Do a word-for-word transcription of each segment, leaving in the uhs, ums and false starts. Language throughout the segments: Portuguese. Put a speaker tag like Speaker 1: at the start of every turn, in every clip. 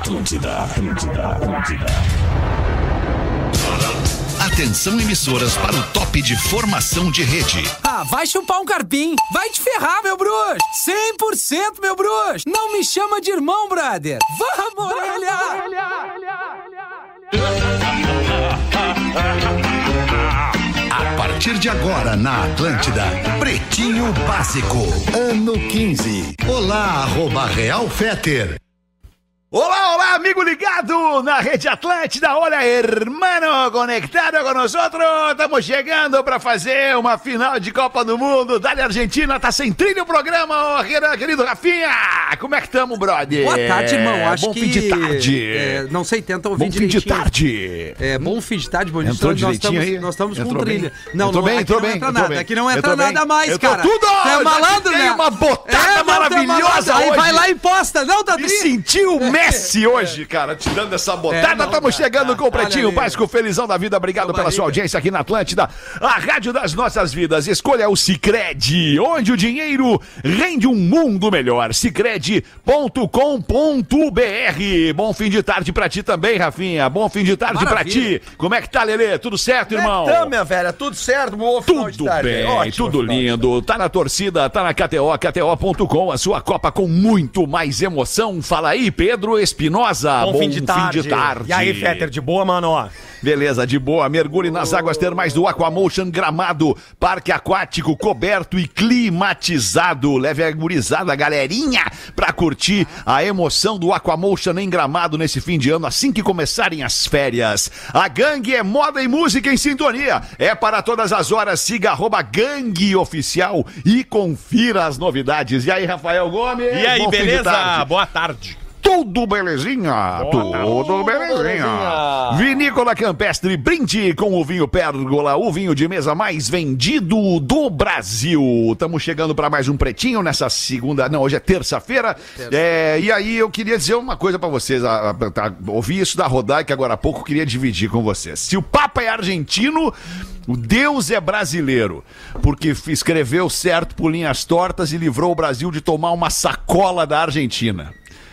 Speaker 1: Atlântida, Atlântida, Atlântida.
Speaker 2: Atenção, emissoras, para o top de formação de rede.
Speaker 3: Ah, vai chupar um carpim. Vai te ferrar, meu bruxo. cem por cento, meu bruxo. Não me chama de irmão, brother. Vamos, orelha!
Speaker 2: A partir de agora, na Atlântida, Pretinho Básico, ano quinze. Olá, arroba Real Feter.
Speaker 4: Olá, olá, amigo ligado na Rede Atlântida. Olha, hermano, conectado com nós outros. Estamos chegando para fazer uma final de Copa do Mundo. Dali Argentina, tá sem trilha o programa, oh, querido Rafinha. Como é que estamos, brother?
Speaker 3: Boa tarde, irmão. Acho
Speaker 4: bom
Speaker 3: que...
Speaker 4: fim de tarde.
Speaker 3: É, não sei, tenta ouvir
Speaker 4: bom direitinho. Bom fim de tarde.
Speaker 3: É, bom fim de tarde, bom dia.
Speaker 4: Entrou
Speaker 3: nós
Speaker 4: direitinho
Speaker 3: estamos,
Speaker 4: aí?
Speaker 3: nós estamos
Speaker 4: Entrou
Speaker 3: com trilha.
Speaker 4: bem.
Speaker 3: Não,
Speaker 4: entrou
Speaker 3: não,
Speaker 4: bem,
Speaker 3: aqui
Speaker 4: entrou
Speaker 3: não
Speaker 4: bem,
Speaker 3: entra
Speaker 4: entrou
Speaker 3: nada.
Speaker 4: bem.
Speaker 3: Aqui não entra
Speaker 4: entrou
Speaker 3: nada
Speaker 4: bem.
Speaker 3: mais,
Speaker 4: entrou
Speaker 3: cara.
Speaker 4: tudo!
Speaker 3: Tá malandro,
Speaker 4: tem
Speaker 3: né?
Speaker 4: uma botada
Speaker 3: É,
Speaker 4: maravilhosa
Speaker 3: aí
Speaker 4: hoje.
Speaker 3: vai lá e posta. Não, tá
Speaker 4: Me senti o Messi hoje, cara, te dando essa botada. Estamos chegando com o Pretinho Básico, felizão da vida. Obrigado pela sua audiência aqui na Atlântida, a rádio das nossas vidas. Escolha o Sicredi, onde o dinheiro rende um mundo melhor. Sicredi ponto com ponto br. Bom fim de tarde pra ti também, Rafinha. Bom fim de tarde
Speaker 3: Maravilha.
Speaker 4: pra ti. Como é que tá, Lelê? Tudo certo, irmão?
Speaker 5: Então, minha velha, tudo certo? Bom final de
Speaker 4: Tudo
Speaker 5: tarde.
Speaker 4: bem,
Speaker 5: Ótimo
Speaker 4: tudo
Speaker 5: final de
Speaker 4: lindo. Tá na torcida, tá na K T O, K T O ponto com, a sua Copa com muito mais emoção. Fala aí, Pedro Espinosa.
Speaker 5: Bom, Bom fim de tarde.
Speaker 4: Fim de tarde.
Speaker 5: E aí, Fetter, de boa, mano?
Speaker 4: Beleza, de boa. Mergulhe nas águas termais do Aquamotion Gramado. Parque aquático coberto e climatizado. Leve a gurizada, a galerinha, pra curtir a emoção do Aquamotion em Gramado nesse fim de ano, assim que começarem as férias. A Gangue é moda e música em sintonia. É para todas as horas. Siga arroba Gangue Oficial e confira as novidades. E aí, Rafael Gomes?
Speaker 6: E aí,
Speaker 4: Bom fim de
Speaker 6: beleza?
Speaker 4: tarde.
Speaker 6: Boa tarde.
Speaker 4: Tudo belezinha? Tudo, Tudo belezinha. belezinha. Vinícola Campestre, brinde com o vinho Pérgola, o vinho de mesa mais vendido do Brasil. Estamos chegando para mais um Pretinho nessa segunda, não, hoje é terça-feira. Terça. É, e aí eu queria dizer uma coisa para vocês. A, a, a, ouvi isso da Rodaica agora há pouco, queria dividir com vocês. Se o Papa é argentino, o Deus é brasileiro, porque escreveu certo por linhas tortas e livrou o Brasil de tomar uma sacola da Argentina.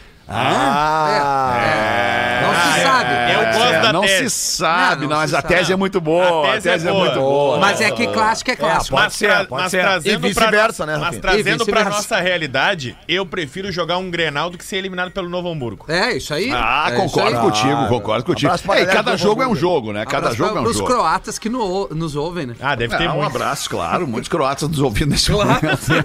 Speaker 3: Ah, é. É. Não se sabe.
Speaker 6: Eu gosto
Speaker 4: é,
Speaker 6: da
Speaker 4: não
Speaker 6: tese.
Speaker 4: se sabe, não, não
Speaker 6: não
Speaker 4: mas a
Speaker 6: sabe.
Speaker 4: tese é muito boa.
Speaker 6: A tese, a tese é, é muito boa.
Speaker 3: Mas é que clássico é clássico.
Speaker 5: É,
Speaker 6: mas
Speaker 5: ser,
Speaker 6: tra-
Speaker 5: pode
Speaker 6: mas
Speaker 5: ser.
Speaker 6: trazendo
Speaker 5: E vice-versa, né,
Speaker 6: Mas
Speaker 5: Rafinha?
Speaker 6: trazendo pra
Speaker 3: vice-versa.
Speaker 6: nossa realidade, eu prefiro jogar um Grenal do que ser eliminado pelo Novo Hamburgo.
Speaker 3: É, isso aí.
Speaker 4: Ah,
Speaker 3: é
Speaker 4: concordo
Speaker 3: isso aí.
Speaker 4: contigo,
Speaker 5: Ah,
Speaker 4: concordo contigo.
Speaker 5: abraço pra
Speaker 4: É, e
Speaker 5: galera
Speaker 4: cada
Speaker 5: do
Speaker 4: jogo é um
Speaker 5: Hamburgo.
Speaker 4: jogo, né? Cada
Speaker 3: Abraço
Speaker 4: jogo é um
Speaker 3: pros
Speaker 4: jogo.
Speaker 3: croatas que no- nos ouvem, né?
Speaker 6: Ah, deve ter
Speaker 4: Ah, um
Speaker 6: muito.
Speaker 4: abraço, claro. Muitos croatas nos ouvindo nesse momento.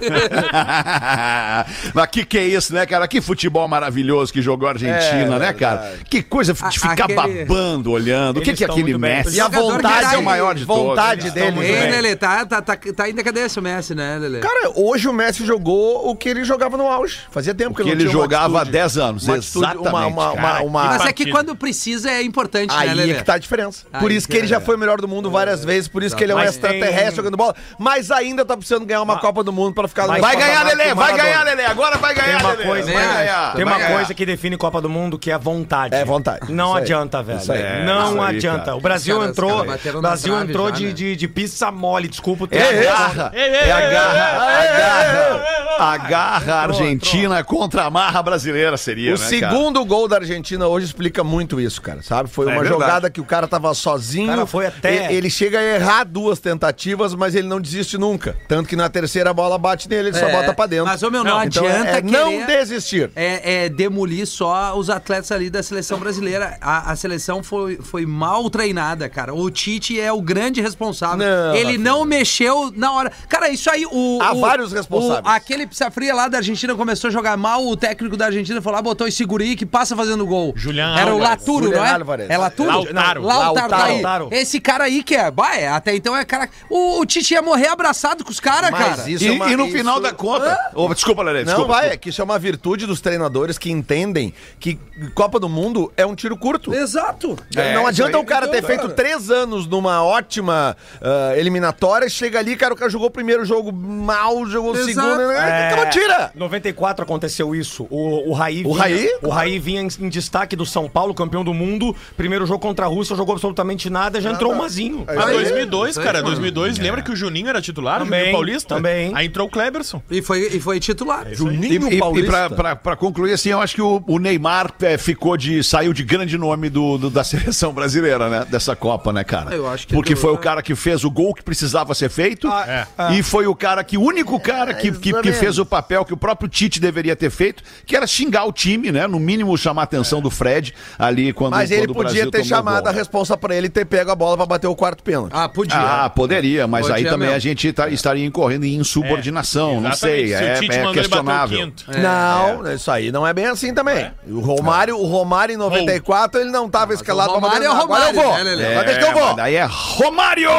Speaker 4: Mas que que é isso, né, cara? Que futebol maravilhoso que jogou a Argentina,
Speaker 5: É,
Speaker 4: né, cara? Que coisa de
Speaker 3: A-
Speaker 4: ficar
Speaker 3: aquele-
Speaker 4: babando, olhando. O que
Speaker 6: Eles
Speaker 4: que é
Speaker 6: estão
Speaker 4: aquele
Speaker 6: muito bem.
Speaker 4: Messi?
Speaker 5: E a
Speaker 3: Jogador
Speaker 5: vontade
Speaker 3: que
Speaker 5: é o maior de todos.
Speaker 4: vontade
Speaker 5: Eles
Speaker 4: dele.
Speaker 5: estão muito
Speaker 3: Ei,
Speaker 5: bem.
Speaker 3: Lelê, tá, tá, tá, tá em decadência o Messi, né, Lelê?
Speaker 5: Cara, hoje o Messi jogou o que ele jogava no auge. Fazia tempo que
Speaker 4: Que
Speaker 5: ele
Speaker 4: ele
Speaker 5: não tinha uma
Speaker 4: jogava há
Speaker 5: atitude.
Speaker 4: dez anos,
Speaker 5: Uma atitude,
Speaker 4: exatamente,
Speaker 5: uma, uma, uma,
Speaker 6: cara.
Speaker 5: uma-
Speaker 3: Mas é que
Speaker 6: partido.
Speaker 3: quando precisa é importante, né,
Speaker 5: Aí
Speaker 3: Lelê?
Speaker 5: é que tá a diferença. Por
Speaker 3: Aí
Speaker 5: isso que
Speaker 3: que
Speaker 5: ele já
Speaker 3: é.
Speaker 5: foi o melhor do mundo várias vezes, por isso que ele é um
Speaker 6: Mas
Speaker 5: extraterrestre
Speaker 6: tem-
Speaker 5: jogando bola. Mas ainda tá precisando ganhar uma Copa do Mundo pra ficar no
Speaker 4: Vai
Speaker 5: mesmo
Speaker 4: ganhar,
Speaker 5: patamar que
Speaker 4: Lelê,
Speaker 5: o
Speaker 4: vai
Speaker 5: Maradona.
Speaker 4: ganhar, Lelê. Agora vai ganhar,
Speaker 7: Tem uma
Speaker 4: Lelê.
Speaker 7: coisa,
Speaker 4: vai
Speaker 3: né?
Speaker 4: ganhar.
Speaker 7: Tem
Speaker 4: vai
Speaker 7: uma
Speaker 4: ganhar.
Speaker 7: coisa que define Copa do Mundo que é vontade.
Speaker 5: É vontade.
Speaker 7: Não
Speaker 5: Isso aí.
Speaker 7: adianta, velho.
Speaker 5: Isso aí.
Speaker 4: É,
Speaker 7: Não
Speaker 4: isso aí,
Speaker 7: adianta.
Speaker 4: cara.
Speaker 7: O Brasil
Speaker 3: Os caras-
Speaker 7: entrou,
Speaker 3: os caras bateram
Speaker 7: o
Speaker 3: na
Speaker 7: Brasil
Speaker 3: trave
Speaker 7: entrou
Speaker 3: já,
Speaker 7: de,
Speaker 3: né?
Speaker 7: de, de pizza mole, desculpa o
Speaker 4: É a
Speaker 7: termo.
Speaker 4: garra, é a garra, a garra, a garra argentina contra a marra brasileira seria,
Speaker 5: O
Speaker 4: né,
Speaker 5: segundo gol da Argentina hoje explica muito isso, cara, sabe? Foi
Speaker 4: É
Speaker 5: uma
Speaker 4: verdade.
Speaker 5: jogada que o cara tava sozinho.
Speaker 7: Cara, foi até-
Speaker 5: e- Ele chega a errar duas tentativas, mas ele não desiste nunca. Tanto que na terceira a bola bate nele, ele só
Speaker 3: É,
Speaker 5: bota pra dentro.
Speaker 3: Mas, ô, meu, não,
Speaker 5: Então
Speaker 3: adianta
Speaker 5: é, é
Speaker 3: querer...
Speaker 5: não desistir.
Speaker 3: É, é demolir só os atletas ali da seleção brasileira. A, a seleção foi, foi mal treinada, cara. O Tite é o grande responsável.
Speaker 5: Não,
Speaker 3: Ele
Speaker 5: Rafinha.
Speaker 3: não mexeu na hora. Cara, isso aí, o.
Speaker 5: Há
Speaker 3: o-
Speaker 5: vários responsáveis.
Speaker 3: o- aquele pizza fria lá da Argentina começou a jogar mal. O técnico da Argentina foi lá, botou esse guri que passa fazendo gol.
Speaker 6: Julián
Speaker 3: Era o
Speaker 6: Álvares.
Speaker 3: Laturo,
Speaker 5: Julián
Speaker 3: não é?
Speaker 5: Álvares.
Speaker 3: É Laturo?
Speaker 6: Lautaro.
Speaker 3: Não, Lautaro,
Speaker 5: Lautaro.
Speaker 3: tá aí.
Speaker 7: Lautaro.
Speaker 3: Esse cara aí que é. Bah, é, até então é cara. O, o Tite ia morrer abraçado com os caras,
Speaker 5: Mas
Speaker 3: cara.
Speaker 5: isso
Speaker 4: E,
Speaker 5: é uma-
Speaker 4: e no
Speaker 5: isso-
Speaker 4: final da conta... Ô, desculpa, Lelê,
Speaker 5: Não,
Speaker 4: desculpa.
Speaker 5: vai,
Speaker 4: desculpa.
Speaker 5: é que isso é uma virtude dos treinadores que entendem que Copa do Mundo é um tiro curto.
Speaker 3: Exato.
Speaker 4: É,
Speaker 5: não adianta
Speaker 4: aí,
Speaker 5: o cara
Speaker 4: então,
Speaker 5: ter feito
Speaker 4: cara.
Speaker 5: três anos numa ótima ah, eliminatória, chega ali, cara, o cara jogou o primeiro jogo mal, jogou o
Speaker 3: Exato.
Speaker 5: segundo, né?
Speaker 7: É,
Speaker 5: Então tira!
Speaker 7: noventa e quatro aconteceu isso. O, o Raí
Speaker 5: O
Speaker 7: vinha,
Speaker 5: Raí?
Speaker 7: o Raí vinha em, em destaque do São Paulo, campeão do mundo. Primeiro jogo contra a Rússia, jogou absolutamente nada, já entrou o Mazinho.
Speaker 6: Mas
Speaker 3: Aí,
Speaker 6: dois mil e dois,
Speaker 3: isso aí,
Speaker 6: cara,
Speaker 3: mano.
Speaker 6: dois mil e dois, lembra que o Juninho era titular, o
Speaker 7: Também,
Speaker 6: Juninho Paulista?
Speaker 7: também.
Speaker 6: Aí entrou o Kleberson.
Speaker 3: E foi, e foi titular.
Speaker 4: E,
Speaker 5: Juninho
Speaker 4: e, e
Speaker 5: Paulista.
Speaker 4: pra, pra, pra concluir, assim, eu acho que o, o Neymar é, ficou de. Saiu de grande nome do, do- da seleção brasileira, né? Dessa Copa, né, cara?
Speaker 3: Eu acho que
Speaker 4: Porque
Speaker 3: do-
Speaker 4: foi o cara que fez o gol que precisava ser feito.
Speaker 6: É.
Speaker 4: E foi o cara que, o único cara que, que, que fez o papel que o próprio Tite deveria ter feito, que era xingar o time, né? No mínimo chamar a atenção do Fred ali quando,
Speaker 5: Mas ele
Speaker 4: quando o
Speaker 5: podia
Speaker 4: Brasil
Speaker 5: ter
Speaker 4: tomou
Speaker 5: chamado
Speaker 4: gol.
Speaker 5: a responsa pra ele ter pego a bola pra bater o quarto pênalti.
Speaker 3: Ah, podia.
Speaker 4: Ah, poderia, mas
Speaker 3: Podia
Speaker 4: aí também
Speaker 3: mesmo.
Speaker 4: a gente tá- estaria incorrendo em insubordinação, não sei,
Speaker 6: Exatamente. Se
Speaker 4: é,
Speaker 6: o Tite
Speaker 4: é
Speaker 6: mandou ele bater o
Speaker 4: questionável.
Speaker 6: quinto.
Speaker 5: Não, isso aí não é bem assim também. O Romário, o Romário em noventa e quatro, ele não tava escalado
Speaker 3: o Romário
Speaker 5: pra bater.
Speaker 3: é o
Speaker 5: Agora eu
Speaker 3: Romário,
Speaker 5: vou.
Speaker 3: né, Lelê?
Speaker 5: Agora deixa que eu
Speaker 4: mas
Speaker 5: vou.
Speaker 4: daí é Romário!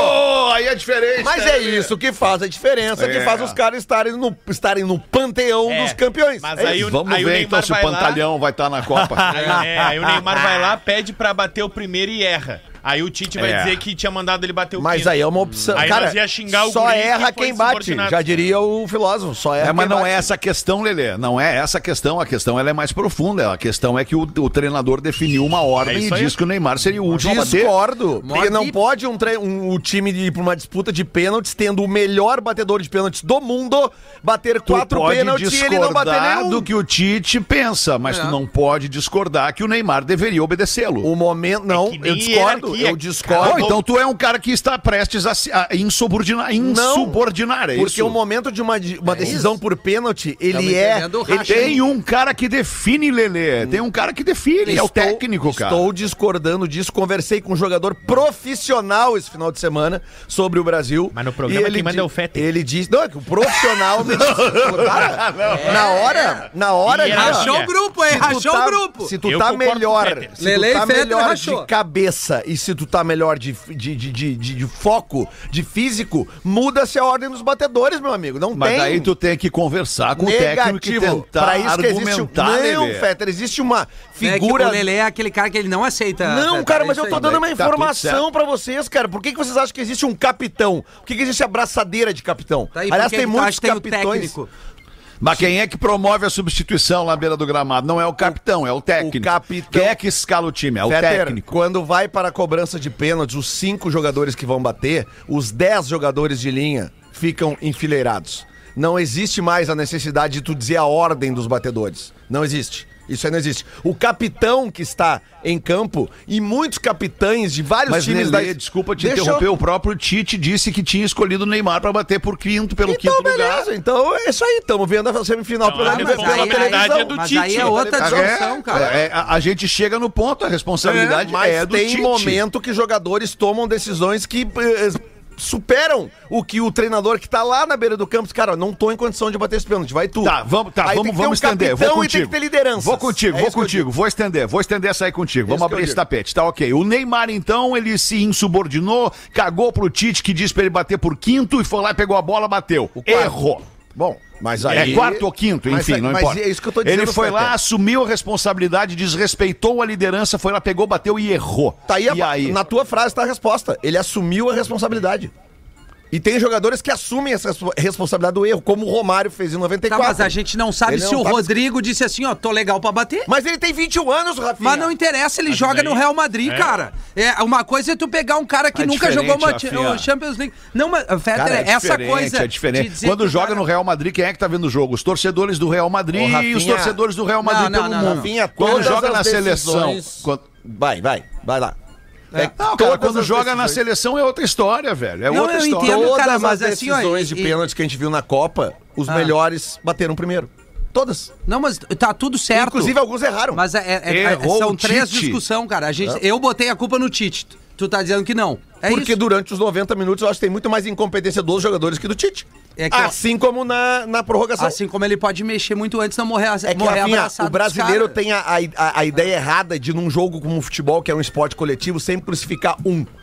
Speaker 4: Aí é diferente.
Speaker 5: Mas
Speaker 4: né?
Speaker 5: é isso que faz a diferença, que
Speaker 4: É.
Speaker 5: faz os caras estarem no, estarem no panteão
Speaker 6: É.
Speaker 5: dos campeões.
Speaker 6: Mas
Speaker 5: É
Speaker 6: aí
Speaker 5: isso.
Speaker 6: o-
Speaker 4: Vamos
Speaker 6: aí
Speaker 4: ver
Speaker 6: Neymar
Speaker 4: então se o
Speaker 6: vai lá-
Speaker 4: Pantalhão vai estar na Copa.
Speaker 6: Aí, é, aí o Neymar vai lá, pede pra bater o primeiro e erra. Aí o Tite vai
Speaker 4: É.
Speaker 6: dizer que tinha mandado ele bater o
Speaker 5: Mas
Speaker 6: quinto.
Speaker 5: aí é uma opção.
Speaker 6: Aí
Speaker 5: Cara,
Speaker 6: nós ia xingar o
Speaker 5: só
Speaker 6: guri
Speaker 5: erra
Speaker 6: que foi
Speaker 5: quem bate.
Speaker 6: subordinado.
Speaker 5: Já diria o filósofo. Só erra
Speaker 4: É, mas
Speaker 5: quem
Speaker 4: não
Speaker 5: bate.
Speaker 4: é essa a questão, Lelê. Não é essa a questão. A questão ela é mais profunda. A questão é que o, o treinador definiu uma
Speaker 6: É
Speaker 4: ordem e
Speaker 6: isso aí.
Speaker 4: disse que o Neymar seria o último a bater.
Speaker 5: Discordo. Porque
Speaker 3: Morde-
Speaker 5: não pode um, tre- um, o time de ir pra uma disputa de pênaltis, tendo o melhor batedor de pênaltis do mundo, bater
Speaker 4: Tu
Speaker 5: quatro
Speaker 4: pode
Speaker 5: pênaltis e ele não bater
Speaker 4: discordar
Speaker 5: nenhum.
Speaker 4: do que o Tite pensa, mas
Speaker 3: É.
Speaker 4: tu não pode discordar que o Neymar deveria obedecê-lo.
Speaker 5: O momento. Não,
Speaker 6: É que nem
Speaker 5: eu discordo.
Speaker 6: hierarquia.
Speaker 5: Eu discordo.
Speaker 4: Bom, então tu é um cara que está prestes a, se- a insubordinar, insubordinar, é
Speaker 5: Porque
Speaker 4: isso?
Speaker 5: o momento de uma, de uma decisão por pênalti, ele
Speaker 3: Estamos
Speaker 5: é.
Speaker 3: entendendo o
Speaker 5: ele
Speaker 3: racha.
Speaker 4: Tem um cara que define, Lelê. Tem um cara que define, é o
Speaker 5: Estou-
Speaker 4: técnico, cara.
Speaker 5: Estou discordando disso. Conversei com um jogador profissional esse final de semana sobre o Brasil.
Speaker 6: Mas no programa
Speaker 5: e ele
Speaker 6: quem manda
Speaker 5: di-
Speaker 6: é o Fete.
Speaker 5: Ele disse. Não, é que o profissional me disse. Cara, na hora, na hora
Speaker 6: E
Speaker 5: de-
Speaker 6: era-
Speaker 3: Rachou o grupo, hein?
Speaker 5: se tu
Speaker 3: Rachou
Speaker 5: tá-
Speaker 3: o grupo.
Speaker 5: Se tu
Speaker 6: Eu
Speaker 5: tá
Speaker 6: concordo com o
Speaker 5: melhor,
Speaker 6: Fetter.
Speaker 5: se
Speaker 3: Lele
Speaker 5: tu tá
Speaker 3: e Fetter
Speaker 5: melhor
Speaker 3: rachou.
Speaker 5: de cabeça e se tu tá melhor de, de, de, de, de- de foco, de físico, muda-se a ordem dos batedores, meu amigo. Não
Speaker 4: Mas
Speaker 5: tem.
Speaker 4: daí tu tem que conversar com o técnico e
Speaker 5: negativo.
Speaker 4: tentar
Speaker 5: Pra isso que existe.
Speaker 4: argumentar,
Speaker 5: Não,
Speaker 4: Lelê.
Speaker 5: Fetter, existe uma
Speaker 3: É que
Speaker 5: figura.
Speaker 3: o Lelê é aquele cara que ele não aceita.
Speaker 5: Não,
Speaker 3: Fetter,
Speaker 5: cara,
Speaker 3: é
Speaker 5: mas
Speaker 3: isso
Speaker 5: eu tô
Speaker 3: aí.
Speaker 5: dando uma
Speaker 4: Tá tudo
Speaker 5: informação
Speaker 4: certo.
Speaker 5: pra vocês, cara. Por que, que vocês acham que existe um capitão? Por que, que existe a braçadeira de capitão?
Speaker 3: Tá aí,
Speaker 5: Aliás,
Speaker 3: por que
Speaker 5: tem
Speaker 3: que tu
Speaker 5: muitos
Speaker 3: acha que tem o
Speaker 5: capitões.
Speaker 3: técnico?
Speaker 4: Mas quem é que promove a substituição lá na beira do gramado? Não é o capitão, é o técnico.
Speaker 5: o capitão-
Speaker 4: Quem é que escala o time? É o
Speaker 5: Fetter,
Speaker 4: técnico.
Speaker 5: quando vai para a cobrança de pênaltis, os cinco jogadores que vão bater, os dez jogadores de linha ficam enfileirados. Não existe mais a necessidade de tu dizer a ordem dos batedores. Não existe. Isso aí não existe. O capitão que está em campo e muitos capitães de vários
Speaker 4: Mas,
Speaker 5: times
Speaker 4: Lelê,
Speaker 5: da...
Speaker 4: desculpa te
Speaker 5: Deixa eu-
Speaker 4: interromper, o próprio Tite disse que tinha escolhido o Neymar pra bater por quinto, pelo
Speaker 5: Então,
Speaker 4: quinto lugar.
Speaker 5: beleza. Então é isso aí. Estamos vendo a semifinal
Speaker 6: Então,
Speaker 5: pela,
Speaker 6: a
Speaker 5: pela
Speaker 6: responsabilidade
Speaker 5: televisão.
Speaker 6: é do
Speaker 3: Mas
Speaker 6: Tite.
Speaker 3: aí é outra
Speaker 5: Tá
Speaker 3: discussão, cara.
Speaker 4: É, é, a, a gente chega no ponto, a responsabilidade
Speaker 5: Mas
Speaker 4: é do
Speaker 5: tem
Speaker 4: Tite.
Speaker 5: momento que jogadores tomam decisões que eh, superam o que o treinador que tá lá na beira do campo, cara, não tô em condição de bater esse pênalti, vai tu.
Speaker 4: Tá, vamos, tá,
Speaker 5: Aí
Speaker 4: vamos,
Speaker 5: tem que ter
Speaker 4: vamos
Speaker 5: um
Speaker 4: estender.
Speaker 5: capitão
Speaker 4: Vou
Speaker 5: e tem
Speaker 4: contigo.
Speaker 5: que ter liderança.
Speaker 4: Vou contigo,
Speaker 5: É
Speaker 4: vou
Speaker 5: isso que eu
Speaker 4: contigo. Vou estender, vou estender essa aí contigo. Vamos
Speaker 5: que
Speaker 4: abrir
Speaker 5: eu
Speaker 4: esse
Speaker 5: digo.
Speaker 4: tapete, tá ok. O Neymar, então, ele se insubordinou, cagou pro Tite, que disse pra ele bater por quinto, e foi lá e pegou a bola, bateu.
Speaker 5: quarto.
Speaker 4: Errou.
Speaker 5: Bom, mas aí...
Speaker 4: É quarto ou quinto,
Speaker 5: Mas
Speaker 4: enfim,
Speaker 5: é-
Speaker 4: não
Speaker 5: mas
Speaker 4: importa.
Speaker 5: é isso que eu tô dizendo,
Speaker 4: Ele foi lá,
Speaker 5: Fetter.
Speaker 4: assumiu a responsabilidade, desrespeitou a liderança, foi lá, pegou, bateu e errou.
Speaker 5: Tá aí, a-
Speaker 4: e aí?
Speaker 5: na tua frase tá a resposta. Ele assumiu a responsabilidade. E tem jogadores que assumem essa respo- responsabilidade do erro, como o Romário fez em noventa e
Speaker 3: Tá,
Speaker 5: quatro.
Speaker 3: mas a gente não sabe
Speaker 5: Ele
Speaker 3: se
Speaker 5: não
Speaker 3: o
Speaker 5: tá-
Speaker 3: Rodrigo disse assim, ó, tô legal pra bater.
Speaker 5: Mas ele tem vinte e um anos, Rafinha.
Speaker 3: Mas não interessa, ele joga
Speaker 6: daí-
Speaker 3: no Real Madrid,
Speaker 6: é.
Speaker 3: cara. É, uma coisa é tu pegar um cara que
Speaker 4: É
Speaker 3: nunca
Speaker 4: diferente,
Speaker 3: jogou uma
Speaker 4: Rafinha.
Speaker 3: uma Champions League. Não, mas, Fetter,
Speaker 4: Cara, é
Speaker 3: essa
Speaker 4: diferente,
Speaker 3: coisa.
Speaker 4: é
Speaker 3: de
Speaker 4: diferente.
Speaker 3: dizer
Speaker 4: Quando
Speaker 3: que o
Speaker 4: joga
Speaker 3: cara-
Speaker 4: no Real Madrid, quem é que tá vendo o jogo? Os torcedores do Real Madrid
Speaker 5: Ô,
Speaker 4: e
Speaker 5: Rafinha.
Speaker 4: os torcedores do Real Madrid
Speaker 3: Não, não,
Speaker 4: pelo
Speaker 3: não,
Speaker 4: mundo.
Speaker 3: não.
Speaker 5: Rafinha,
Speaker 4: Quando
Speaker 5: todas
Speaker 4: joga
Speaker 5: as
Speaker 4: na seleção.
Speaker 5: decisões-
Speaker 4: Quando...
Speaker 5: Vai, vai, vai lá.
Speaker 3: É.
Speaker 4: Não, cara,
Speaker 5: Todas
Speaker 4: quando
Speaker 5: as
Speaker 4: joga na
Speaker 5: decisões-
Speaker 4: seleção é outra história, velho. É
Speaker 3: Não,
Speaker 4: outra
Speaker 3: eu
Speaker 4: história.
Speaker 3: entendo,
Speaker 5: Todas
Speaker 3: cara,
Speaker 5: as
Speaker 3: mas assim, ó,
Speaker 5: decisões
Speaker 3: e-
Speaker 5: de pênalti que a gente viu na Copa, os
Speaker 3: Ah.
Speaker 5: melhores bateram primeiro. Todas.
Speaker 3: Não, mas tá tudo certo.
Speaker 5: Inclusive, alguns erraram.
Speaker 3: Mas é, é- é-
Speaker 4: Errou
Speaker 3: são
Speaker 4: o
Speaker 3: três
Speaker 4: Tite.
Speaker 3: discussões, cara. A gente, eu botei a culpa no Tite. Tu tá dizendo que não. É
Speaker 5: Porque
Speaker 3: isso.
Speaker 5: durante os noventa minutos eu acho que tem muito mais incompetência dos jogadores que do Tite.
Speaker 3: É que eu-
Speaker 5: assim como na, na prorrogação.
Speaker 3: Assim como ele pode mexer muito antes de não morrer,
Speaker 5: É que,
Speaker 3: morrer
Speaker 5: Rafinha,
Speaker 3: abraçado
Speaker 5: o brasileiro
Speaker 3: dos caras.
Speaker 5: tem a, a, a ideia errada de, num jogo como o futebol, que é um esporte coletivo, sempre crucificar um.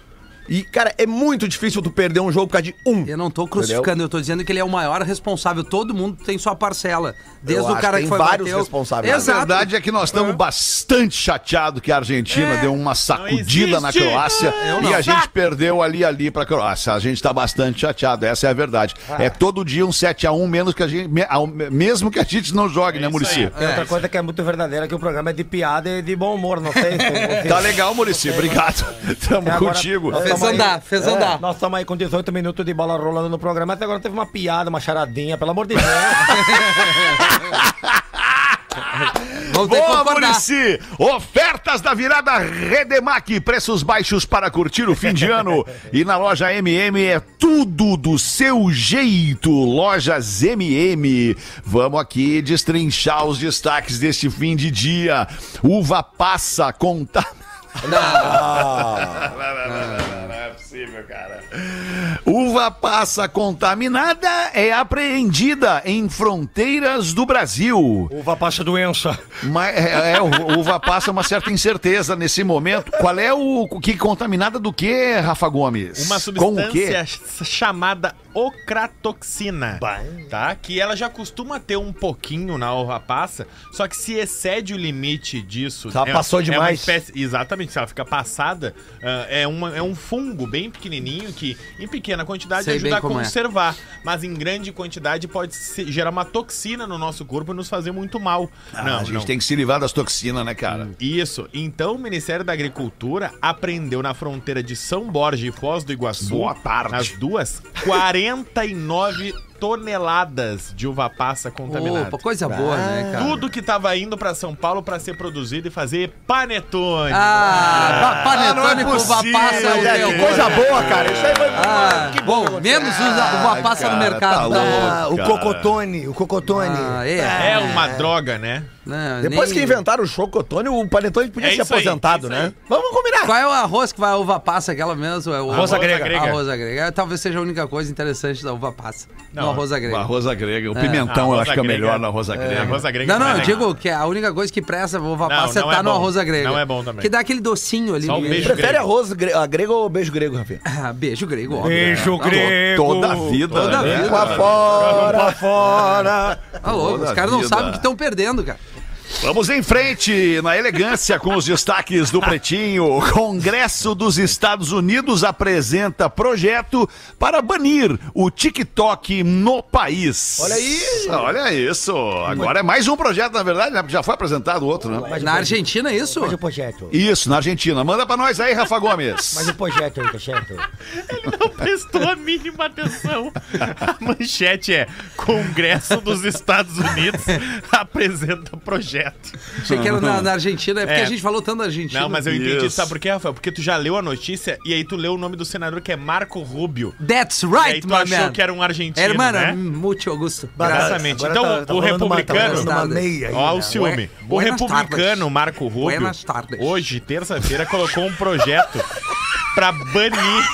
Speaker 5: E, cara, é muito difícil tu perder um jogo por causa de um.
Speaker 3: Eu não tô crucificando,
Speaker 5: Entendeu?
Speaker 3: eu tô dizendo que ele é o maior responsável. Todo mundo tem sua parcela. Desde
Speaker 5: Eu
Speaker 3: o
Speaker 5: acho
Speaker 3: cara
Speaker 5: que
Speaker 3: que
Speaker 5: tem
Speaker 3: foi
Speaker 5: vários
Speaker 3: bateu.
Speaker 5: responsáveis.
Speaker 4: A
Speaker 3: Exato.
Speaker 4: verdade é que nós estamos bastante chateados que a Argentina deu uma sacudida na
Speaker 6: existe.
Speaker 4: Croácia
Speaker 3: Eu
Speaker 4: e
Speaker 3: não.
Speaker 4: a gente perdeu ali ali pra Croácia. A gente tá bastante chateado, essa é a verdade. É todo dia um sete a um menos que a gente, me- ao- mesmo que a gente não jogue, né,
Speaker 6: isso
Speaker 4: Muricy?
Speaker 6: aí.
Speaker 7: Tem outra coisa que é muito verdadeira, que o programa é de piada e de bom humor, não sei. se-
Speaker 4: Tá legal, Muricy, obrigado. Tamo
Speaker 7: Até agora-
Speaker 4: contigo.
Speaker 7: nós
Speaker 3: Fez
Speaker 7: tamo aí-
Speaker 3: andar, fez
Speaker 7: é,
Speaker 3: andar.
Speaker 7: Nós estamos aí com dezoito minutos de bola rolando no programa, até agora teve uma piada, uma charadinha, pelo amor de Deus.
Speaker 3: Vamos ter que
Speaker 4: Boa,
Speaker 3: concordar.
Speaker 4: Muricy! Ofertas da virada Redemac, preços baixos para curtir o fim de ano. E na loja M M é tudo do seu jeito. Lojas M M. Vamos aqui destrinchar os destaques deste fim de dia. Uva passa conta... Não, não, não, não é possível, cara. Uva passa contaminada é apreendida em fronteiras do Brasil.
Speaker 7: Uva passa doença.
Speaker 4: Mas, é, é, o- uva passa uma certa incerteza nesse momento. Qual é o, o que contaminada do que, Rafa Gomes?
Speaker 6: Uma
Speaker 4: Com o quê?
Speaker 6: substância chamada ocratoxina, tá? Que ela já costuma ter um pouquinho na uva passa, só que se excede o limite disso...
Speaker 5: Se ela passou
Speaker 6: é uma
Speaker 5: demais.
Speaker 6: espécie- exatamente, se ela fica passada, ah, é, uma, é um fungo bem pequenininho que, em pequena quantidade,
Speaker 3: Sei
Speaker 6: ajuda
Speaker 3: bem
Speaker 6: a
Speaker 3: como é.
Speaker 6: conservar, mas em grande quantidade pode se- gerar uma toxina no nosso corpo e nos fazer muito mal.
Speaker 4: Ah,
Speaker 6: não,
Speaker 4: a gente
Speaker 6: não.
Speaker 4: tem que se livrar das toxinas, né, cara?
Speaker 6: Isso. Então, o Ministério da Agricultura apreendeu na fronteira de São Borja e Foz do Iguaçu,
Speaker 4: Boa tarde.
Speaker 6: as duas, quarenta e nove toneladas de uva passa contaminada.
Speaker 3: Opa, coisa boa, né, cara?
Speaker 6: Tudo que tava indo pra São Paulo pra ser produzido e fazer panetone.
Speaker 3: Ah, pa- panetone
Speaker 4: Ah, não é
Speaker 3: com uva
Speaker 4: possível,
Speaker 3: passa é o
Speaker 4: gente.
Speaker 3: teu.
Speaker 5: Que coisa boa, cara. Isso aí foi...
Speaker 3: Ah, bom, menos usa uva passa
Speaker 4: cara,
Speaker 3: no mercado.
Speaker 4: tá
Speaker 3: tá?
Speaker 4: louco.
Speaker 7: Ah, o
Speaker 4: cara.
Speaker 7: cocotone, o cocotone.
Speaker 3: Ah, é.
Speaker 6: É uma droga, né?
Speaker 3: Não,
Speaker 5: Depois
Speaker 3: nem-
Speaker 5: que inventaram o chocotone, o panetone podia
Speaker 6: É
Speaker 5: ser
Speaker 6: isso aí,
Speaker 5: aposentado,
Speaker 6: isso
Speaker 5: né?
Speaker 6: aí.
Speaker 5: Vamos combinar.
Speaker 3: Qual é o arroz que vai a uva passa, aquela mesmo? É o
Speaker 6: Arroz
Speaker 3: arroz
Speaker 6: grega. grega.
Speaker 3: Arroz grega. É, talvez seja a única coisa interessante da uva passa. No
Speaker 6: Não,
Speaker 3: arroz
Speaker 4: O
Speaker 3: grega.
Speaker 4: arroz grega. O
Speaker 3: É.
Speaker 4: pimentão, eu
Speaker 6: Ah,
Speaker 4: acho que é
Speaker 6: grega-
Speaker 4: melhor no arroz
Speaker 6: É,
Speaker 4: grega.
Speaker 6: arroz grega
Speaker 3: Não, não,
Speaker 6: é
Speaker 3: eu
Speaker 6: legal.
Speaker 3: digo que a única coisa que presta uva
Speaker 6: Não,
Speaker 3: passa
Speaker 6: não
Speaker 3: tá
Speaker 6: é
Speaker 3: no
Speaker 6: bom.
Speaker 3: arroz grega.
Speaker 6: Não é bom também.
Speaker 3: Que dá aquele docinho ali.
Speaker 6: Só
Speaker 3: no
Speaker 6: um
Speaker 3: meio.
Speaker 6: beijo
Speaker 5: Prefere
Speaker 6: grego.
Speaker 5: arroz gre... a grego ou beijo grego, Rafinha?
Speaker 3: Ah, beijo grego, óbvio.
Speaker 7: Beijo
Speaker 3: Tá
Speaker 7: grego.
Speaker 4: Toda a vida.
Speaker 3: Toda a
Speaker 4: né?
Speaker 3: vida.
Speaker 5: Pra fora.
Speaker 7: Pra fora.
Speaker 3: Tá louco,
Speaker 4: Toda
Speaker 3: os caras não
Speaker 4: vida.
Speaker 3: sabem o que estão perdendo, cara.
Speaker 4: Vamos em frente, na elegância com os destaques do Pretinho. Congresso dos Estados Unidos apresenta projeto para banir o TikTok no país.
Speaker 5: Olha aí.
Speaker 4: Olha isso. Agora é mais um projeto, na verdade, né? Já foi apresentado outro, né?
Speaker 3: Na Argentina, é isso?
Speaker 7: Mas o projeto.
Speaker 4: Isso, na Argentina. Manda pra nós aí, Rafa Gomes.
Speaker 7: Mas o projeto aí, tá certo?
Speaker 6: Não prestou a mínima atenção. A manchete é: Congresso dos Estados Unidos apresenta projeto.
Speaker 3: Achei que era na, na Argentina, é porque
Speaker 6: É.
Speaker 3: a gente falou tanto da Argentina.
Speaker 6: Não, mas eu entendi,
Speaker 4: Isso.
Speaker 6: sabe por quê, Rafael? Porque tu já leu a notícia e aí tu leu o nome do senador, que é Marco Rubio.
Speaker 3: That's
Speaker 6: E aí
Speaker 3: right,
Speaker 6: tu
Speaker 3: my
Speaker 6: achou
Speaker 3: man.
Speaker 6: que era um argentino,
Speaker 3: Hermano,
Speaker 6: né?
Speaker 3: muito Augusto.
Speaker 6: Exatamente.
Speaker 7: Agora
Speaker 6: Então,
Speaker 7: tá- tá
Speaker 6: o
Speaker 7: rolando uma- tá
Speaker 6: republicano...
Speaker 7: rolando uma meia aí,
Speaker 6: Ó,
Speaker 7: né?
Speaker 6: o ciúme. O
Speaker 3: Buenas
Speaker 6: republicano
Speaker 3: tardes.
Speaker 6: Marco Rubio,
Speaker 3: Buenas tardes.
Speaker 6: hoje, terça-feira, colocou um projeto pra banir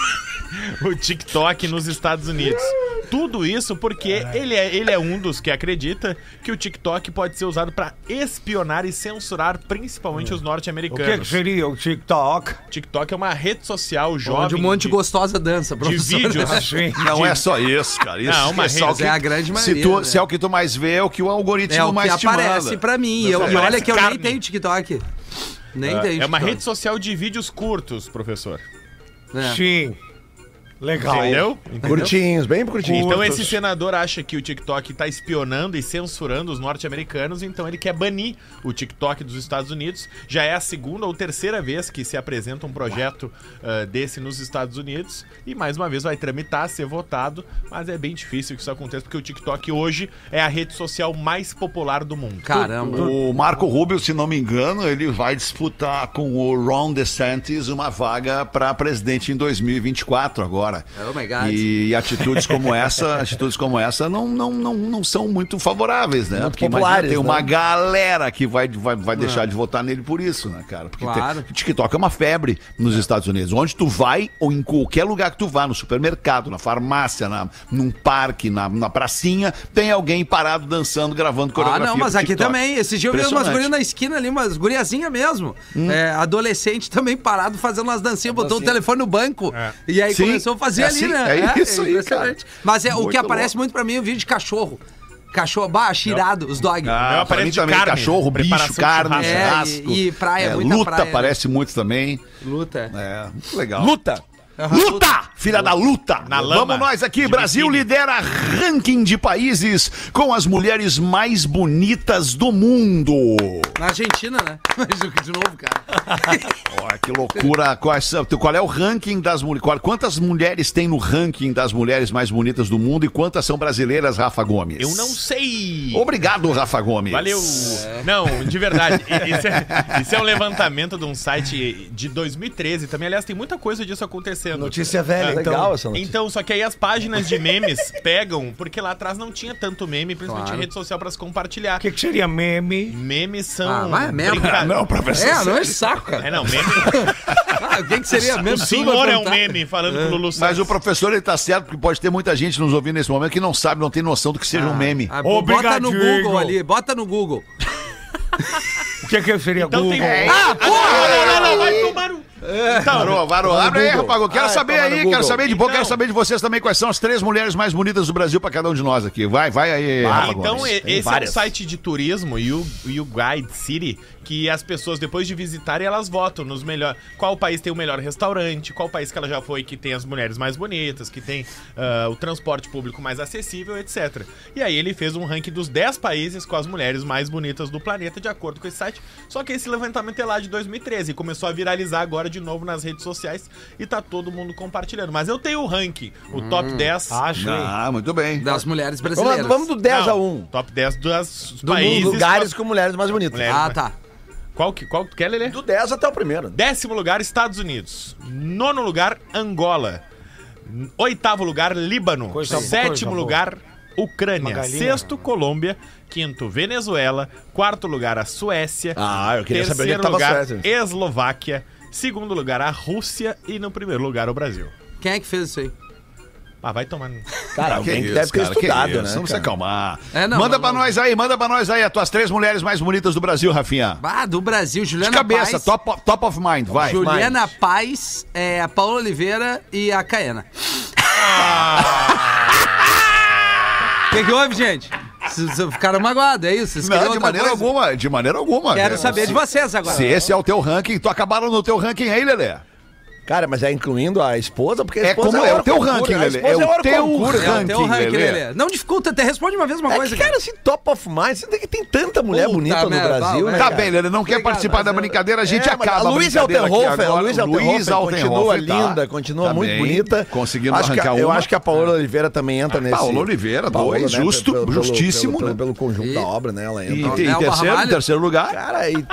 Speaker 6: o TikTok nos Estados Unidos. Tudo isso porque ele é, ele é um dos que acredita que o TikTok pode ser usado pra espionar e censurar principalmente os
Speaker 7: O que, que
Speaker 6: norte-americanos.
Speaker 7: seria o TikTok?
Speaker 6: TikTok é uma rede social jovem
Speaker 3: Onde um monte de
Speaker 6: de,
Speaker 3: gostosa dança,
Speaker 6: de
Speaker 3: professor.
Speaker 6: vídeos.
Speaker 7: Assim.
Speaker 4: Não é só isso, cara. Isso
Speaker 6: Não, uma
Speaker 4: é só o
Speaker 6: rede-
Speaker 4: que,
Speaker 3: é a grande
Speaker 4: se,
Speaker 3: maioria,
Speaker 4: tu,
Speaker 3: né?
Speaker 4: se é o que tu mais vê, é o que o algoritmo
Speaker 3: É o que
Speaker 4: mais te
Speaker 3: aparece
Speaker 4: manda.
Speaker 3: pra mim. E, eu- e
Speaker 6: Aparece
Speaker 3: olha que eu
Speaker 6: carne.
Speaker 3: nem tenho TikTok. Nem tenho
Speaker 6: É
Speaker 3: TikTok.
Speaker 6: uma rede social de vídeos curtos, professor.
Speaker 3: É.
Speaker 7: Sim. Legal.
Speaker 6: Entendeu?
Speaker 5: Curtinhos, bem curtinhos.
Speaker 6: Então esse senador acha que o TikTok tá espionando e censurando os norte-americanos, então ele quer banir o TikTok dos Estados Unidos. Já é a segunda ou terceira vez que se apresenta um projeto ah, desse nos Estados Unidos e mais uma vez vai tramitar, ser votado, mas é bem difícil que isso aconteça porque o TikTok hoje é a rede social mais popular do mundo.
Speaker 3: Caramba.
Speaker 4: O Marco Rubio, se não me engano, ele vai disputar com o Ron DeSantis uma vaga para presidente em dois mil e vinte e quatro agora. fora.
Speaker 3: Oh my God.
Speaker 4: E atitudes como essa, atitudes como essa não, não, não, não são muito favoráveis, né?
Speaker 5: Muito
Speaker 4: Porque
Speaker 5: populares,
Speaker 4: imagina, tem uma
Speaker 5: né?
Speaker 4: galera que vai, vai, vai deixar de votar nele por isso, né, cara? Porque
Speaker 3: Claro.
Speaker 4: tem, o TikTok é uma febre nos Estados Unidos. Onde tu vai, ou em qualquer lugar que tu vá, no supermercado, na farmácia, na, num parque, na, na pracinha, tem alguém parado dançando, gravando
Speaker 3: Ah,
Speaker 4: coreografia.
Speaker 3: não, mas
Speaker 4: pro
Speaker 3: aqui
Speaker 4: TikTok.
Speaker 3: também. Esse dia eu vi umas
Speaker 4: Impressionante.
Speaker 3: gurias na esquina ali, umas guriazinhas mesmo. É, adolescente também parado fazendo umas dancinhas, botou o telefone no banco. E aí
Speaker 4: Sim,
Speaker 3: começou a fazer
Speaker 4: é
Speaker 3: ali,
Speaker 4: assim,
Speaker 3: né?
Speaker 4: é isso aí,
Speaker 3: impressionante.
Speaker 4: cara.
Speaker 3: Mas é, o que
Speaker 4: Muito
Speaker 3: aparece
Speaker 4: louco.
Speaker 3: muito pra mim é o vídeo de cachorro. Cachorro, bah, cheirado, os dog.
Speaker 6: Meu
Speaker 4: Ah, pra
Speaker 6: aparelho
Speaker 4: mim
Speaker 6: de
Speaker 4: também,
Speaker 6: carne,
Speaker 4: cachorro,
Speaker 6: preparação
Speaker 4: bicho,
Speaker 6: de
Speaker 4: carne,
Speaker 6: churrasco.
Speaker 3: É,
Speaker 4: churrasco.
Speaker 3: e- e praia,
Speaker 4: É,
Speaker 3: muita
Speaker 4: luta
Speaker 3: praia, né?
Speaker 4: aparece muito também.
Speaker 3: Luta.
Speaker 4: É, muito legal.
Speaker 5: Luta!
Speaker 4: Luta! Filha da luta!
Speaker 6: Na lama,
Speaker 4: Vamos nós aqui,
Speaker 6: de
Speaker 4: Brasil
Speaker 6: biquíni.
Speaker 4: lidera ranking de países com as mulheres mais bonitas do mundo.
Speaker 3: Na Argentina, né? Mas de novo, cara.
Speaker 4: Olha que loucura. Qual é, qual é o ranking das mulheres? Quantas mulheres tem no ranking das mulheres mais bonitas do mundo e quantas são brasileiras, Rafa Gomes?
Speaker 6: Eu não sei.
Speaker 4: Obrigado, Rafa Gomes.
Speaker 6: Valeu! Não, de verdade, i- isso é, isso é um levantamento de um site de dois mil e treze também. Aliás, tem muita coisa disso acontecendo.
Speaker 7: Notícia velha,
Speaker 6: Ah,
Speaker 7: então.
Speaker 5: Legal essa notícia.
Speaker 6: Então, só que aí as páginas de memes pegam, porque lá atrás não tinha tanto meme, principalmente
Speaker 3: Claro.
Speaker 6: em rede social pra se compartilhar.
Speaker 7: O que, que seria meme?
Speaker 6: Memes são.
Speaker 3: Ah, vai a merda.
Speaker 6: brinca-
Speaker 4: Não, professor.
Speaker 3: É, não é saco, cara.
Speaker 6: É, não, meme.
Speaker 3: Ah, o que, que seria
Speaker 6: O
Speaker 3: mesmo?
Speaker 6: senhor é um meme falando pro Lulu
Speaker 4: Mas
Speaker 6: Santos.
Speaker 4: o professor, ele tá certo, porque pode ter muita gente nos ouvindo nesse momento que não sabe, não tem noção do que seja um meme.
Speaker 3: Ah, bota no
Speaker 7: Obrigadinho.
Speaker 3: Google ali, bota no Google.
Speaker 7: O que, que seria
Speaker 6: Então
Speaker 7: Google?
Speaker 6: tem. Ah, não, não, não, não, vai tomar no. Então,
Speaker 4: Varou, varou. Abre aí,
Speaker 5: Google.
Speaker 4: rapaz. Eu quero
Speaker 5: Ah,
Speaker 4: saber
Speaker 5: toma no
Speaker 4: aí,
Speaker 5: Google.
Speaker 4: quero saber de boa,
Speaker 6: Então.
Speaker 4: quero saber de vocês também quais são as três mulheres mais bonitas do Brasil pra cada um de nós aqui. Vai, vai aí, Rafa
Speaker 6: Então,
Speaker 4: Gomes.
Speaker 6: e-
Speaker 5: Tem
Speaker 6: esse
Speaker 5: várias.
Speaker 6: é um site de turismo, e o You Guide City, que as pessoas, depois de visitarem, elas votam nos melhores. Qual país tem o melhor restaurante, qual país que ela já foi que tem as mulheres mais bonitas, que tem ah, o transporte público mais acessível, etcétera. E aí ele fez um ranking dos dez países com as mulheres mais bonitas do planeta, de acordo com esse site. Só que esse levantamento é lá de dois mil e treze e começou a viralizar agora de novo nas redes sociais e tá todo mundo compartilhando. Mas eu tenho o ranking, o top dez.
Speaker 7: Acho.
Speaker 4: Ah, muito bem.
Speaker 3: Das mulheres
Speaker 5: Vamos,
Speaker 3: brasileiras.
Speaker 5: vamos do dez
Speaker 6: Não,
Speaker 5: a um.
Speaker 6: Top dez dos
Speaker 5: Do
Speaker 6: países.
Speaker 5: mundo, lugares
Speaker 6: com
Speaker 5: com mulheres mais bonitas.
Speaker 6: mulheres
Speaker 3: Ah,
Speaker 6: mais-
Speaker 3: tá.
Speaker 6: Qual que, qual que quer, Lelê?
Speaker 5: Do dez até o primeiro.
Speaker 6: Décimo lugar, Estados Unidos. Nono lugar, Angola. Oitavo lugar, Líbano.
Speaker 7: Coisa boa,
Speaker 6: Sétimo
Speaker 7: coisa boa.
Speaker 6: lugar, Ucrânia.
Speaker 7: Uma galinha.
Speaker 6: Sexto, Colômbia. Quinto, Venezuela. Quarto lugar, a Suécia.
Speaker 5: Ah, eu queria saber onde é
Speaker 6: Terceiro
Speaker 5: que tava a
Speaker 6: lugar,
Speaker 5: Suécia.
Speaker 6: Eslováquia. Segundo lugar, a Rússia. E no primeiro lugar, o Brasil.
Speaker 3: Quem é que fez isso aí?
Speaker 6: Ah, vai tomar.
Speaker 5: Cara, alguém que deve ter
Speaker 4: cara, que
Speaker 5: estudado,
Speaker 4: isso,
Speaker 5: né?
Speaker 4: Vamos se
Speaker 5: cara?
Speaker 4: acalmar.
Speaker 3: É, não,
Speaker 4: manda
Speaker 3: não,
Speaker 4: pra
Speaker 3: não.
Speaker 4: nós aí, manda pra nós aí as tuas três mulheres mais bonitas do Brasil, Rafinha.
Speaker 3: Ah, do Brasil,
Speaker 4: De
Speaker 3: Juliana
Speaker 4: cabeça,
Speaker 3: Paz.
Speaker 4: top, top of mind, vai.
Speaker 3: Juliana Paz, é, a Paula Oliveira e a Caena. O que, que houve, gente? Vocês vocês ficaram magoados, é isso? Vocês queriam
Speaker 4: Não, de
Speaker 3: outra
Speaker 4: maneira
Speaker 3: coisa?
Speaker 4: alguma, de maneira alguma.
Speaker 3: Quero
Speaker 4: É,
Speaker 3: saber
Speaker 4: se-
Speaker 3: de vocês agora.
Speaker 4: Se esse é o teu ranking, tu acabaram no teu ranking aí, Lelê.
Speaker 5: Cara, mas é incluindo a esposa? Porque a
Speaker 4: É
Speaker 5: esposa
Speaker 4: como é o
Speaker 5: hora
Speaker 4: teu
Speaker 5: concurso,
Speaker 4: ranking,
Speaker 5: a
Speaker 4: Lelê.
Speaker 5: esposa
Speaker 4: É o
Speaker 5: hora
Speaker 4: teu
Speaker 5: concurso.
Speaker 3: É o teu
Speaker 4: ranking,
Speaker 3: ranking,
Speaker 4: Lelê.
Speaker 3: Lelê. Não dificulta, até responde uma vez uma
Speaker 5: É
Speaker 3: coisa.
Speaker 5: que, cara, assim, top of mind, você tem que tem tanta mulher
Speaker 3: Puta
Speaker 5: bonita no
Speaker 3: merda,
Speaker 5: Brasil,
Speaker 3: tá,
Speaker 5: né?
Speaker 4: Tá
Speaker 5: cara?
Speaker 4: bem, Lelê, não quer
Speaker 3: Obrigado,
Speaker 4: participar
Speaker 3: mas
Speaker 4: da
Speaker 3: eu-
Speaker 4: brincadeira, a gente
Speaker 5: É, mas
Speaker 4: acaba
Speaker 5: a Luísa
Speaker 4: brincadeira aqui
Speaker 5: Altenhofer, a
Speaker 4: agora.
Speaker 5: Luísa Altenhofer continua
Speaker 4: Altenhofer, tá.
Speaker 5: linda, continua
Speaker 4: Tá
Speaker 5: muito
Speaker 4: bem,
Speaker 5: bonita.
Speaker 4: conseguindo
Speaker 5: acho que, a-
Speaker 4: arrancar
Speaker 5: Eu
Speaker 4: uma.
Speaker 5: acho que a Paola Oliveira também entra nesse.
Speaker 4: Paola Oliveira, dois, justo,
Speaker 5: pelo- pelo-
Speaker 4: justíssimo,
Speaker 5: Pelo,
Speaker 4: né?
Speaker 5: pelo, pelo conjunto
Speaker 3: E-
Speaker 5: da obra, né? Ela
Speaker 4: E,
Speaker 5: entra.
Speaker 4: e
Speaker 3: Nelba
Speaker 4: terceiro,
Speaker 3: Ramalho?
Speaker 4: terceiro lugar.
Speaker 5: Cara, e.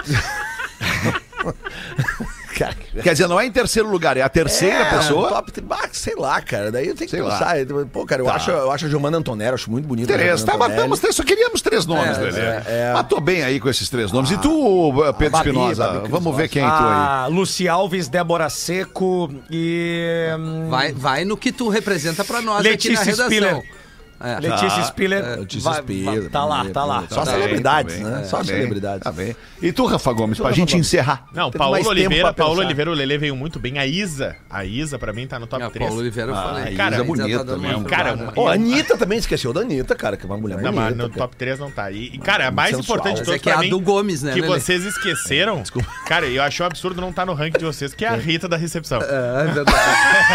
Speaker 5: Cara,
Speaker 4: Quer dizer, não é em terceiro lugar, é a terceira
Speaker 5: é,
Speaker 4: pessoa.
Speaker 5: Top, ah, sei lá, cara. Daí eu tenho que
Speaker 4: Sei lá.
Speaker 5: pensar. Pô, cara, eu,
Speaker 4: Tá.
Speaker 5: acho, eu acho a Giovanna Antonelli, acho muito bonita. a
Speaker 4: Três,
Speaker 5: Giovanna
Speaker 4: tá,
Speaker 5: Antonelli.
Speaker 4: matamos três, só queríamos três nomes,
Speaker 3: É,
Speaker 4: Lelê.
Speaker 5: é, é.
Speaker 4: Mas tô bem aí com esses três nomes. E tu, Pedro
Speaker 5: Babi,
Speaker 4: Espinosa,
Speaker 5: Babi Cris
Speaker 4: vamos ver
Speaker 5: Costa.
Speaker 4: quem tu aí.
Speaker 7: A Luci Alves, Débora Seco e. hum,
Speaker 3: Vai, vai no que tu representa pra nós aqui
Speaker 7: Letícia
Speaker 3: na redação.
Speaker 7: Spiller.
Speaker 3: É.
Speaker 7: Letícia Spiller.
Speaker 5: Letícia
Speaker 7: vai-
Speaker 5: Spiller,
Speaker 7: vai- Tá lá, tá lá.
Speaker 5: Só
Speaker 4: Tá
Speaker 5: celebridades,
Speaker 4: bem,
Speaker 5: né?
Speaker 4: tá bem,
Speaker 5: Só
Speaker 4: tá bem,
Speaker 5: celebridades.
Speaker 4: Tá bem. E tu, Rafa Gomes, pra
Speaker 5: Rafa
Speaker 4: gente
Speaker 5: Gomes.
Speaker 4: encerrar.
Speaker 6: Não,
Speaker 5: Teve
Speaker 6: Paulo
Speaker 5: mais tempo
Speaker 6: Oliveira,
Speaker 5: pra
Speaker 6: Paulo
Speaker 5: pensar.
Speaker 6: Oliveira, o Lelê veio muito bem. A Isa, a Isa pra mim tá no top
Speaker 3: A
Speaker 6: três.
Speaker 3: Paula Oliveira eu
Speaker 4: Ah,
Speaker 3: falei.
Speaker 4: a
Speaker 6: Cara,
Speaker 4: Isa
Speaker 6: a
Speaker 4: bonita
Speaker 3: tá dando
Speaker 4: também.
Speaker 3: uma
Speaker 6: Cara,
Speaker 3: furtada.
Speaker 5: Pô, a Anitta também, esqueceu da Anitta, cara, que é uma mulher
Speaker 6: Não,
Speaker 5: bonita.
Speaker 6: mas no
Speaker 5: cara.
Speaker 6: top três não tá. E, e, cara, a mais
Speaker 5: Sensual.
Speaker 6: importante de
Speaker 3: Mas
Speaker 6: todos
Speaker 3: é que é
Speaker 6: pra
Speaker 3: a
Speaker 6: mim,
Speaker 3: do Gomes, né,
Speaker 6: que
Speaker 3: Lelê?
Speaker 6: vocês esqueceram, cara, eu acho um absurdo não estar no ranking de vocês, que é a Rita da recepção.
Speaker 3: É, é verdade.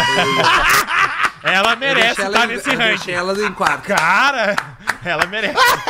Speaker 6: Ela merece
Speaker 3: Deixa ela
Speaker 6: estar
Speaker 3: em-
Speaker 6: nesse
Speaker 3: eu
Speaker 6: ranking.
Speaker 3: deixei ela em quarto.
Speaker 6: Cara, ela merece.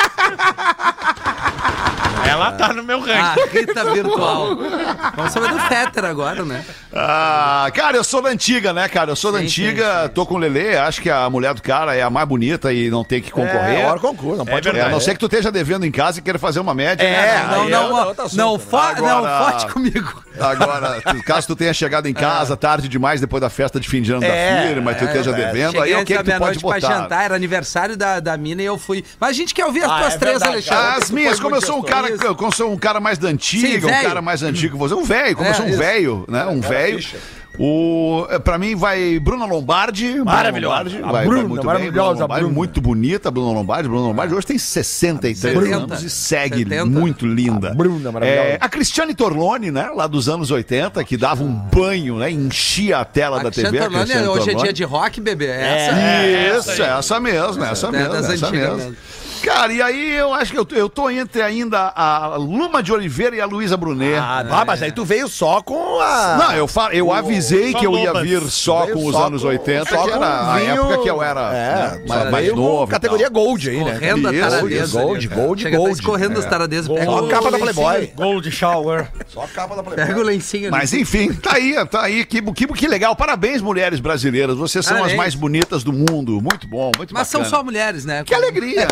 Speaker 6: Ela tá no meu
Speaker 3: A
Speaker 6: ranking.
Speaker 3: Rita virtual. Vamos saber do Fetter agora, né?
Speaker 4: Ah, cara, eu sou da antiga, né, cara? Eu sou da
Speaker 3: Sim,
Speaker 4: antiga,
Speaker 3: sim, sim.
Speaker 4: tô com o Lelê, acho que a mulher do cara é a mais bonita e não tem que concorrer.
Speaker 5: É, hora concurso, não
Speaker 6: É
Speaker 5: pode
Speaker 6: verdade.
Speaker 4: É, a não ser que tu esteja devendo em casa e queira fazer uma média.
Speaker 5: É,
Speaker 4: né?
Speaker 3: Não,
Speaker 5: aí
Speaker 3: não,
Speaker 5: é
Speaker 3: não,
Speaker 5: outro assunto,
Speaker 3: não,
Speaker 5: né?
Speaker 3: fo
Speaker 4: Agora-
Speaker 3: não, forte comigo.
Speaker 4: Agora, tu- caso tu tenha chegado em casa tarde demais depois da festa de fim de ano
Speaker 5: É,
Speaker 4: da firma e tu
Speaker 5: é,
Speaker 4: esteja
Speaker 5: é.
Speaker 4: devendo, aí
Speaker 3: Cheguei
Speaker 4: o
Speaker 3: antes
Speaker 4: que
Speaker 3: da
Speaker 4: que tu pode
Speaker 3: meia-noite pra
Speaker 4: botar?
Speaker 3: jantar, era aniversário da, da mina e eu fui. Mas a gente quer ouvir as
Speaker 5: Ah,
Speaker 3: tuas
Speaker 5: é
Speaker 3: três,
Speaker 5: verdade,
Speaker 3: Alexandre.
Speaker 4: As minhas, como eu sou um cara,
Speaker 3: Isso.
Speaker 4: como eu sou um cara mais da antiga,
Speaker 3: Sim,
Speaker 4: um
Speaker 3: velho.
Speaker 4: cara mais antigo que você, um velho, como
Speaker 3: É,
Speaker 4: eu sou um
Speaker 3: isso.
Speaker 4: velho, né? Um velho. O, é, pra mim vai Bruna Lombardi.
Speaker 5: Maravilhosa.
Speaker 4: Bruna Lombardi,
Speaker 5: A
Speaker 4: vai, vai
Speaker 5: Bruna,
Speaker 4: muito
Speaker 5: maravilhosa,
Speaker 4: bem. Bruna Lombardi,
Speaker 5: Bruna.
Speaker 4: muito bonita, Bruna Lombardi. Bruna Lombardi hoje tem sessenta e três
Speaker 3: setenta.
Speaker 4: anos e segue
Speaker 3: setenta.
Speaker 4: muito linda.
Speaker 5: A Bruna, maravilhosa.
Speaker 4: É, a Cristiane Torlone, né? Lá dos anos oitenta, que dava um banho, né? Enchia a tela
Speaker 3: A
Speaker 4: da T V.
Speaker 3: Cristiane Torlone,
Speaker 4: Cristiane
Speaker 3: hoje é
Speaker 4: Torlone.
Speaker 3: dia de rock, bebê. Essa.
Speaker 4: Isso, essa mesmo, essa
Speaker 3: É
Speaker 4: mesmo,
Speaker 3: das
Speaker 4: essa
Speaker 3: antigas
Speaker 4: mesmo.
Speaker 3: mesmo.
Speaker 4: Cara, e aí eu acho que eu, eu tô entre ainda a Luma de Oliveira e a Luísa Brunet.
Speaker 5: Ah, ah, mas aí tu veio só com a...
Speaker 4: Não, eu, fa eu avisei
Speaker 6: só
Speaker 4: que eu ia
Speaker 6: lobas.
Speaker 4: vir só
Speaker 5: Veio
Speaker 4: com os
Speaker 5: só
Speaker 4: anos
Speaker 5: com-
Speaker 4: oitenta,
Speaker 5: só
Speaker 4: que
Speaker 5: com
Speaker 4: era a
Speaker 5: vinho-
Speaker 4: época que eu era
Speaker 5: É,
Speaker 4: né,
Speaker 5: só
Speaker 4: mais, mais
Speaker 5: veio com
Speaker 4: novo. e
Speaker 5: categoria
Speaker 4: tal.
Speaker 5: Gold aí, né?
Speaker 3: Correndo a
Speaker 4: Isso,
Speaker 3: taradeza.
Speaker 5: Gold,
Speaker 3: ali.
Speaker 5: Gold,
Speaker 3: Chega,
Speaker 5: Gold.
Speaker 3: Tá escorrendo as taradezas. Pega,
Speaker 5: Só a
Speaker 3: o
Speaker 5: capa da
Speaker 3: lencinho-
Speaker 5: Playboy.
Speaker 7: Gold Shower.
Speaker 5: Só a capa da Playboy.
Speaker 3: Pega o lencinho ali.
Speaker 4: Mas enfim, tá aí, tá aí. Que, que, que legal. Parabéns, mulheres brasileiras. Vocês são
Speaker 3: Parabéns.
Speaker 4: as mais bonitas do mundo. Muito bom, muito
Speaker 3: Mas são
Speaker 4: bacana.
Speaker 3: só mulheres, né?
Speaker 4: Que alegria.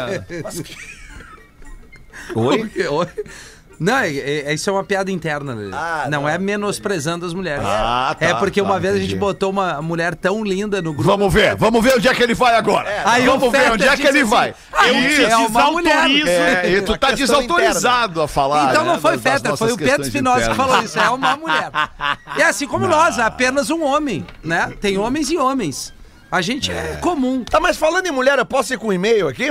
Speaker 4: Oi?
Speaker 3: Oi? Não, é, é- isso é uma piada interna, né?
Speaker 5: Ah,
Speaker 3: não,
Speaker 5: não.
Speaker 3: é menosprezando as mulheres.
Speaker 4: Ah, tá,
Speaker 3: é porque uma
Speaker 4: tá,
Speaker 3: vez a
Speaker 4: entendi.
Speaker 3: gente botou uma mulher tão linda no grupo.
Speaker 4: Vamos ver, vamos ver onde é que ele vai agora.
Speaker 3: Aí
Speaker 4: vamos
Speaker 3: o
Speaker 4: ver
Speaker 3: Fetter
Speaker 4: onde é que
Speaker 3: disse
Speaker 4: ele
Speaker 3: assim,
Speaker 4: vai.
Speaker 3: "Ah,
Speaker 6: Eu
Speaker 4: Isso.
Speaker 6: te
Speaker 3: é uma mulher."
Speaker 6: desautorizo.
Speaker 4: É, e tu
Speaker 5: Uma
Speaker 4: tá
Speaker 5: questão
Speaker 4: desautorizado a falar.
Speaker 3: Então
Speaker 4: né,
Speaker 3: não foi
Speaker 4: das- das
Speaker 3: Fetter,
Speaker 4: nossas
Speaker 3: foi o Pedro
Speaker 4: questões
Speaker 3: Espinosa que
Speaker 4: internas.
Speaker 3: falou isso. É uma mulher. E assim como nós, é apenas um homem, né? Tem homens e homens. A gente é, comum.
Speaker 5: Tá, mas falando em mulher, eu posso ir com um e-mail aqui?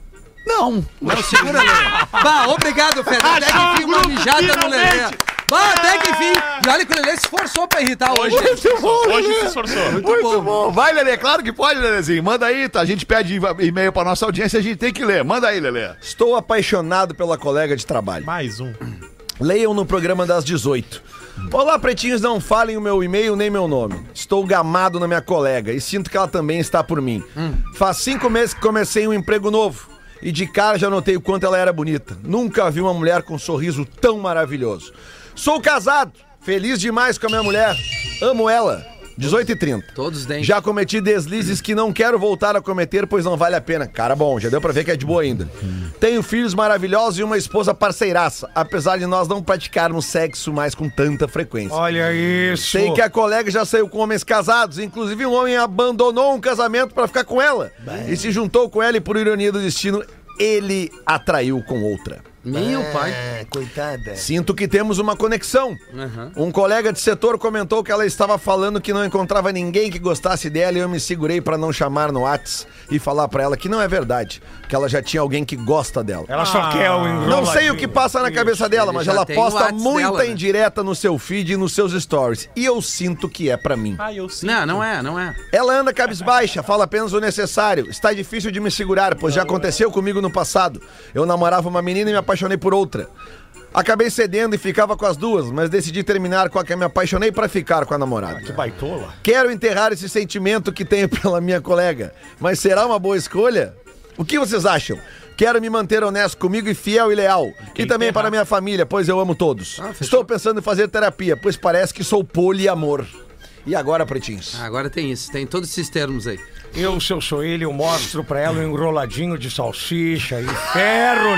Speaker 4: Não.
Speaker 3: Não, segura, Lelê. Bah, obrigado, Fetter. Até que enfim, uma mijada no Lelê. Bah, até que enfim. E olha que o Lelê se esforçou pra irritar hoje.
Speaker 4: Muito bom,
Speaker 6: Hoje
Speaker 4: Lelê.
Speaker 6: se esforçou.
Speaker 3: Muito
Speaker 4: Muito
Speaker 3: bom.
Speaker 4: bom. Vai, Lelê, claro que pode, Lelezinho. Manda aí, tá? A gente pede e-mail pra nossa audiência, a gente tem que ler. Manda aí, Lelê.
Speaker 5: Estou apaixonado pela colega de trabalho.
Speaker 6: Mais um.
Speaker 5: Leiam no programa das dezoito. Olá, pretinhos, não falem o meu e-mail nem meu nome. Estou gamado na minha colega e sinto que ela também está por mim. Faz cinco meses que comecei um emprego novo e de cara já notei o quanto ela era bonita. Nunca vi uma mulher com um sorriso tão maravilhoso. Sou casado, feliz demais com a minha mulher. Amo ela. dezoito e trinta.
Speaker 3: Todos dentes.
Speaker 5: Já cometi deslizes que não quero voltar a cometer, pois não vale a pena. Cara bom, já deu pra ver que é de boa ainda. Tenho filhos maravilhosos e uma esposa parceiraça, apesar de nós não praticarmos sexo mais com tanta frequência.
Speaker 7: Olha isso.
Speaker 5: Sei que a colega já saiu com homens casados, inclusive um homem abandonou um casamento pra ficar com ela. E se juntou com ela e, por ironia do destino, ele atraiu com outra.
Speaker 3: Meu pai.
Speaker 5: Coitada. Sinto que temos uma conexão. Um colega de setor comentou que ela estava falando que não encontrava ninguém que gostasse dela e eu me segurei pra não chamar no Whats e falar pra ela que não é verdade, que ela já tinha alguém que gosta dela.
Speaker 7: Ela só quer o enroladinho.
Speaker 5: Não sei o que passa na cabeça dela, mas
Speaker 3: já
Speaker 5: ela
Speaker 3: tem o
Speaker 5: posta
Speaker 3: Whats
Speaker 5: muita
Speaker 3: dela, né?
Speaker 5: indireta no seu feed e nos seus stories. E eu sinto que é pra mim.
Speaker 6: Ah, eu sim.
Speaker 3: Não, não é, não é.
Speaker 5: Ela anda cabisbaixa, fala apenas o necessário. Está difícil de me segurar, pois já aconteceu comigo no passado. Eu namorava uma menina e me apaixonei por outra. Acabei cedendo e ficava com as duas, mas decidi terminar com a que me apaixonei pra ficar com a namorada.
Speaker 7: Que baitola.
Speaker 5: Quero enterrar esse sentimento que tenho pela minha colega, mas será uma boa escolha? O que vocês acham? Quero me manter honesto comigo e fiel e leal. E também para minha família, pois eu amo todos.
Speaker 3: Ah, fechou.
Speaker 5: Estou pensando em fazer terapia, pois parece que sou poliamor. E agora, pretinhos?
Speaker 3: Ah, agora tem isso, tem todos esses termos aí.
Speaker 7: Eu, se eu sou ele, eu mostro pra ela um enroladinho de salsicha e ferro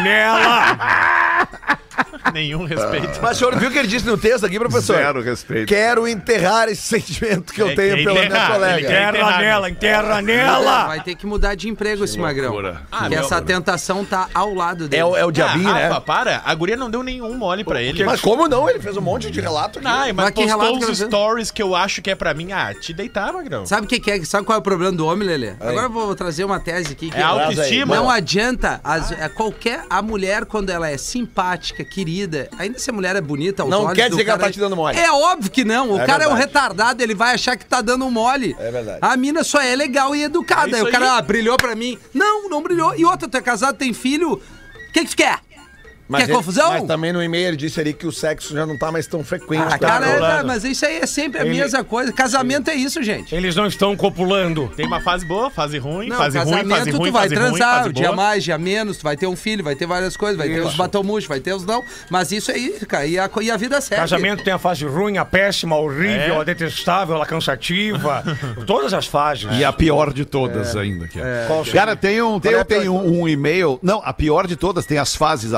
Speaker 7: nela.
Speaker 6: Nenhum respeito.
Speaker 5: Mas o senhor viu o que ele disse no texto aqui, professor?
Speaker 4: Zero respeito.
Speaker 5: Quero enterrar esse sentimento que eu
Speaker 6: É,
Speaker 5: tenho
Speaker 6: quer
Speaker 5: pela minha
Speaker 6: enterrar,
Speaker 5: colega.
Speaker 6: ele quer-
Speaker 7: Enterra
Speaker 6: enterrar,
Speaker 7: nela, enterra nela.
Speaker 3: Vai ter que mudar de emprego esse magrão.
Speaker 4: loucura.
Speaker 6: Ah,
Speaker 3: Porque
Speaker 6: meu-
Speaker 3: essa tentação tá ao lado dele.
Speaker 5: É, o- é o diabinho,
Speaker 6: ah,
Speaker 5: né?
Speaker 6: Rafa, para. A guria não deu nenhum mole pra ele.
Speaker 5: Mas como não? Ele fez um monte de relato aqui.
Speaker 6: Ai, mas,
Speaker 3: Mas que relato
Speaker 6: postou
Speaker 3: que
Speaker 6: os
Speaker 3: ela fez?
Speaker 6: stories que eu acho que é pra mim. Ah, te deitar, Magrão.
Speaker 3: Sabe o que, que é? Sabe qual é o problema do homem, Lelê? Agora eu vou trazer uma tese aqui. Que
Speaker 6: É autoestima.
Speaker 3: Não adianta, as- é qualquer a mulher quando ela é simpática, querida, ainda se a mulher é bonita, aos
Speaker 5: Não
Speaker 3: olhos
Speaker 5: quer
Speaker 3: do
Speaker 5: dizer que ela
Speaker 3: cara,
Speaker 5: tá te dando mole.
Speaker 3: É óbvio que não. O
Speaker 5: É
Speaker 3: cara é um
Speaker 5: verdade.
Speaker 3: retardado, ele vai achar que tá dando um mole.
Speaker 5: É verdade.
Speaker 3: A mina só é legal e educada.
Speaker 6: É
Speaker 3: Aí
Speaker 6: isso
Speaker 3: o cara
Speaker 6: aí.
Speaker 3: ah, brilhou pra mim. Não, não brilhou. E outra, tu é casado, tem filho. O que que tu quer? Quer
Speaker 5: ele-
Speaker 3: confusão?
Speaker 5: Mas também no e-mail ele disse ali que o sexo já não tá mais tão frequente.
Speaker 3: Ah,
Speaker 5: tá
Speaker 3: cara, é-
Speaker 5: rolando.
Speaker 3: mas isso aí é sempre a
Speaker 7: Ele-
Speaker 3: mesma coisa. Casamento é isso, gente.
Speaker 7: Eles não estão copulando.
Speaker 6: Tem uma fase boa, fase ruim,
Speaker 3: Não,
Speaker 6: fase ruim,
Speaker 3: casamento
Speaker 6: fase ruim,
Speaker 3: tu vai
Speaker 6: fase ruim,
Speaker 3: transar,
Speaker 6: fase
Speaker 3: o dia
Speaker 6: boa.
Speaker 3: mais, dia menos, tu vai ter um filho, vai ter várias coisas, vai ter os
Speaker 7: Isso.
Speaker 3: batomuxos, vai ter os não, mas isso aí, cara, e a, co- e a vida segue.
Speaker 7: Casamento tem a fase ruim, a péssima, a horrível,
Speaker 6: É.
Speaker 7: a detestável, a cansativa. Todas as fases.
Speaker 4: E a pior de todas ainda. Que é.
Speaker 7: Qual seria?
Speaker 4: Cara, tem um, tem,
Speaker 5: Qual é a
Speaker 4: tem
Speaker 5: pior?
Speaker 4: um, um e-mail. Não, a pior de todas tem as fases, a ruim,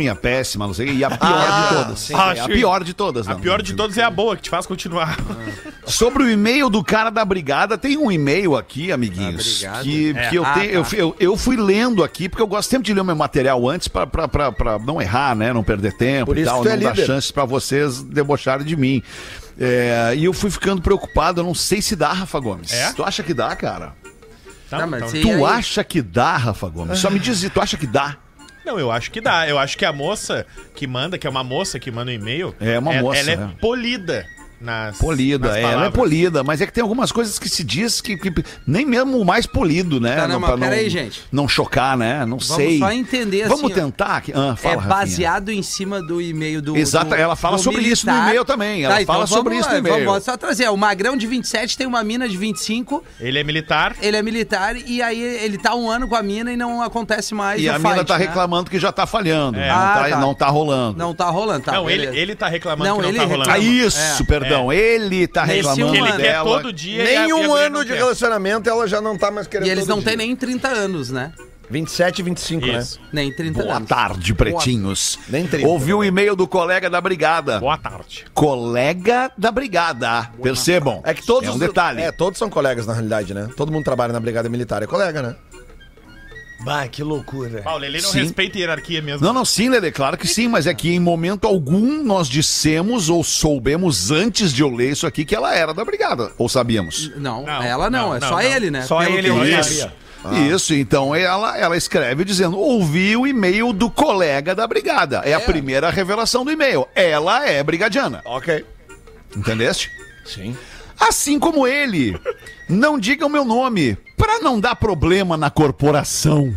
Speaker 4: ruim, a péssima, não sei, e a pior
Speaker 5: Ah,
Speaker 4: de todas.
Speaker 5: sim.
Speaker 4: É
Speaker 7: Ah,
Speaker 4: a
Speaker 7: sim.
Speaker 4: pior de todas.
Speaker 6: A
Speaker 4: não.
Speaker 6: pior de todos é a boa, que te faz continuar.
Speaker 4: Sobre o e-mail do cara da brigada, tem um e-mail aqui, amiguinhos,
Speaker 3: Da brigada?
Speaker 4: que,
Speaker 6: É.
Speaker 4: que eu,
Speaker 3: Ah,
Speaker 4: tenho, eu,
Speaker 3: tá.
Speaker 4: eu, eu fui lendo aqui, porque eu gosto sempre de ler o meu material antes pra, pra, pra, pra não errar, né? Não perder tempo
Speaker 5: Por
Speaker 4: e
Speaker 5: isso
Speaker 4: tal,
Speaker 5: que tu é
Speaker 4: não dar
Speaker 5: líder.
Speaker 4: chances pra vocês debocharem de mim. É, e eu fui ficando preocupado, eu não sei se dá, Rafa Gomes.
Speaker 6: É?
Speaker 4: Tu acha que dá, cara?
Speaker 3: Tá, mas
Speaker 6: então-
Speaker 3: se- E
Speaker 4: Tu
Speaker 3: aí?
Speaker 4: acha que dá, Rafa Gomes? Só me diz, tu acha que dá?
Speaker 6: Não, eu acho que dá. Eu acho que a moça que manda, que é uma moça que manda o e-mail...
Speaker 4: É uma
Speaker 6: ela-
Speaker 4: moça,
Speaker 6: Ela é
Speaker 4: né?
Speaker 6: polida nas
Speaker 4: Polida,
Speaker 6: nas
Speaker 4: é, ela é
Speaker 6: palavras.
Speaker 4: polida, mas é que tem algumas coisas que se diz que, que nem mesmo o mais polido, né?
Speaker 3: Tá, não, mas
Speaker 4: pra
Speaker 3: peraí, gente.
Speaker 4: Não chocar, né? Não
Speaker 3: Vamos
Speaker 4: sei.
Speaker 3: só entender assim,
Speaker 4: Vamos
Speaker 3: ó.
Speaker 4: tentar aqui. Ah, fala,
Speaker 3: É
Speaker 4: Rafinha.
Speaker 3: baseado em cima do e-mail do.
Speaker 4: Exato,
Speaker 3: do-
Speaker 4: ela fala
Speaker 3: do
Speaker 4: sobre isso no
Speaker 3: militar.
Speaker 4: e-mail também, ela
Speaker 3: Tá, então
Speaker 4: fala sobre
Speaker 3: vamos
Speaker 4: isso no
Speaker 3: lá,
Speaker 4: e-mail.
Speaker 3: Vamos só trazer. O Magrão de vinte e sete tem uma mina de vinte e cinco,
Speaker 6: Ele é militar.
Speaker 3: ele é militar e aí ele tá um ano com a mina e não acontece mais.
Speaker 4: E
Speaker 3: o
Speaker 4: a mina
Speaker 3: fight,
Speaker 4: tá
Speaker 3: né?
Speaker 4: reclamando que já tá falhando.
Speaker 6: É.
Speaker 4: Não,
Speaker 3: Ah,
Speaker 4: tá,
Speaker 3: tá.
Speaker 4: não tá rolando.
Speaker 3: Não tá rolando, tá?
Speaker 6: não, ele,
Speaker 3: beleza.
Speaker 6: ele tá reclamando
Speaker 3: Não,
Speaker 6: que não
Speaker 3: ele
Speaker 6: tá rolando.
Speaker 4: Ah,
Speaker 3: reclama.
Speaker 4: isso,
Speaker 3: É.
Speaker 4: perdão. Ele tá
Speaker 3: Nesse
Speaker 4: reclamando
Speaker 3: um
Speaker 6: Que ele
Speaker 3: ano.
Speaker 6: quer
Speaker 4: dela.
Speaker 6: todo dia. e a- e a
Speaker 5: Nem um
Speaker 6: mulher
Speaker 5: ano
Speaker 6: não
Speaker 5: de
Speaker 6: quer.
Speaker 5: relacionamento ela já não tá mais querendo
Speaker 3: E eles
Speaker 5: todo
Speaker 3: não têm
Speaker 5: dia.
Speaker 3: nem trinta anos, né?
Speaker 5: vinte e sete e vinte e cinco, né?
Speaker 6: Isso.
Speaker 3: Nem trinta
Speaker 4: Boa
Speaker 3: anos.
Speaker 4: tarde, pretinhos.
Speaker 5: Nem trinta.
Speaker 4: Ouviu o e-mail do colega da brigada.
Speaker 6: Boa tarde.
Speaker 4: Colega da brigada. Percebam.
Speaker 5: É que todos
Speaker 4: É um
Speaker 5: os-
Speaker 4: detalhe.
Speaker 5: É, todos são colegas na realidade, né? Todo mundo trabalha na Brigada Militar, é colega, né?
Speaker 7: Bah, que loucura.
Speaker 6: Paulo, ele não
Speaker 4: Sim.
Speaker 6: respeita a hierarquia mesmo.
Speaker 4: Não, não, sim, Lele, claro que sim, mas é que em momento algum nós dissemos ou soubemos antes de eu ler isso aqui que ela era da brigada. Ou sabíamos?
Speaker 3: Não,
Speaker 6: Não,
Speaker 3: ela não,
Speaker 6: não,
Speaker 3: é
Speaker 6: não,
Speaker 3: só
Speaker 6: não.
Speaker 3: ele, né?
Speaker 7: Só
Speaker 3: Pelo
Speaker 7: ele,
Speaker 3: que
Speaker 7: eu
Speaker 3: eu
Speaker 7: não
Speaker 3: vi.
Speaker 7: sabia.
Speaker 4: Isso, então ela, ela escreve dizendo: ouvi o e-mail do colega da brigada. É, a primeira revelação do e-mail. Ela é brigadiana.
Speaker 5: Ok.
Speaker 4: Entendeste?
Speaker 5: Sim.
Speaker 4: Assim como ele. Não diga o meu nome, pra não dar problema na corporação.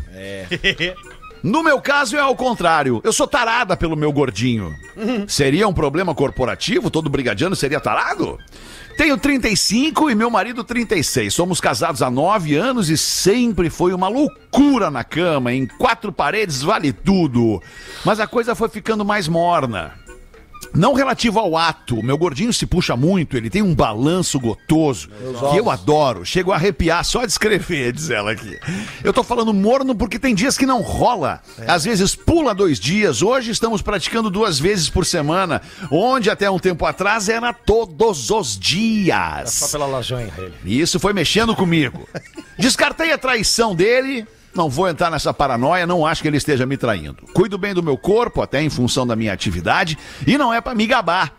Speaker 4: No meu caso é ao contrário. Eu sou tarada pelo meu gordinho. Seria um problema corporativo? Todo brigadiano seria tarado? Tenho trinta e cinco e meu marido trinta e seis. Somos casados há nove anos e sempre foi uma loucura na cama. Em quatro paredes vale tudo. Mas a coisa foi ficando mais morna. Não relativo ao ato, o meu gordinho se puxa muito, ele tem um balanço gotoso, que eu adoro, chego a arrepiar só de escrever, diz ela aqui. Eu tô falando morno porque tem dias que não rola, às vezes pula dois dias, hoje estamos praticando duas vezes por semana, onde até um tempo atrás era todos os dias.
Speaker 7: Só pela lasanha, ele.
Speaker 4: E isso foi mexendo comigo. Descartei a traição dele. Não vou entrar nessa paranoia, não acho que ele esteja me traindo. Cuido bem do meu corpo, até em função da minha atividade, e não é pra me gabar.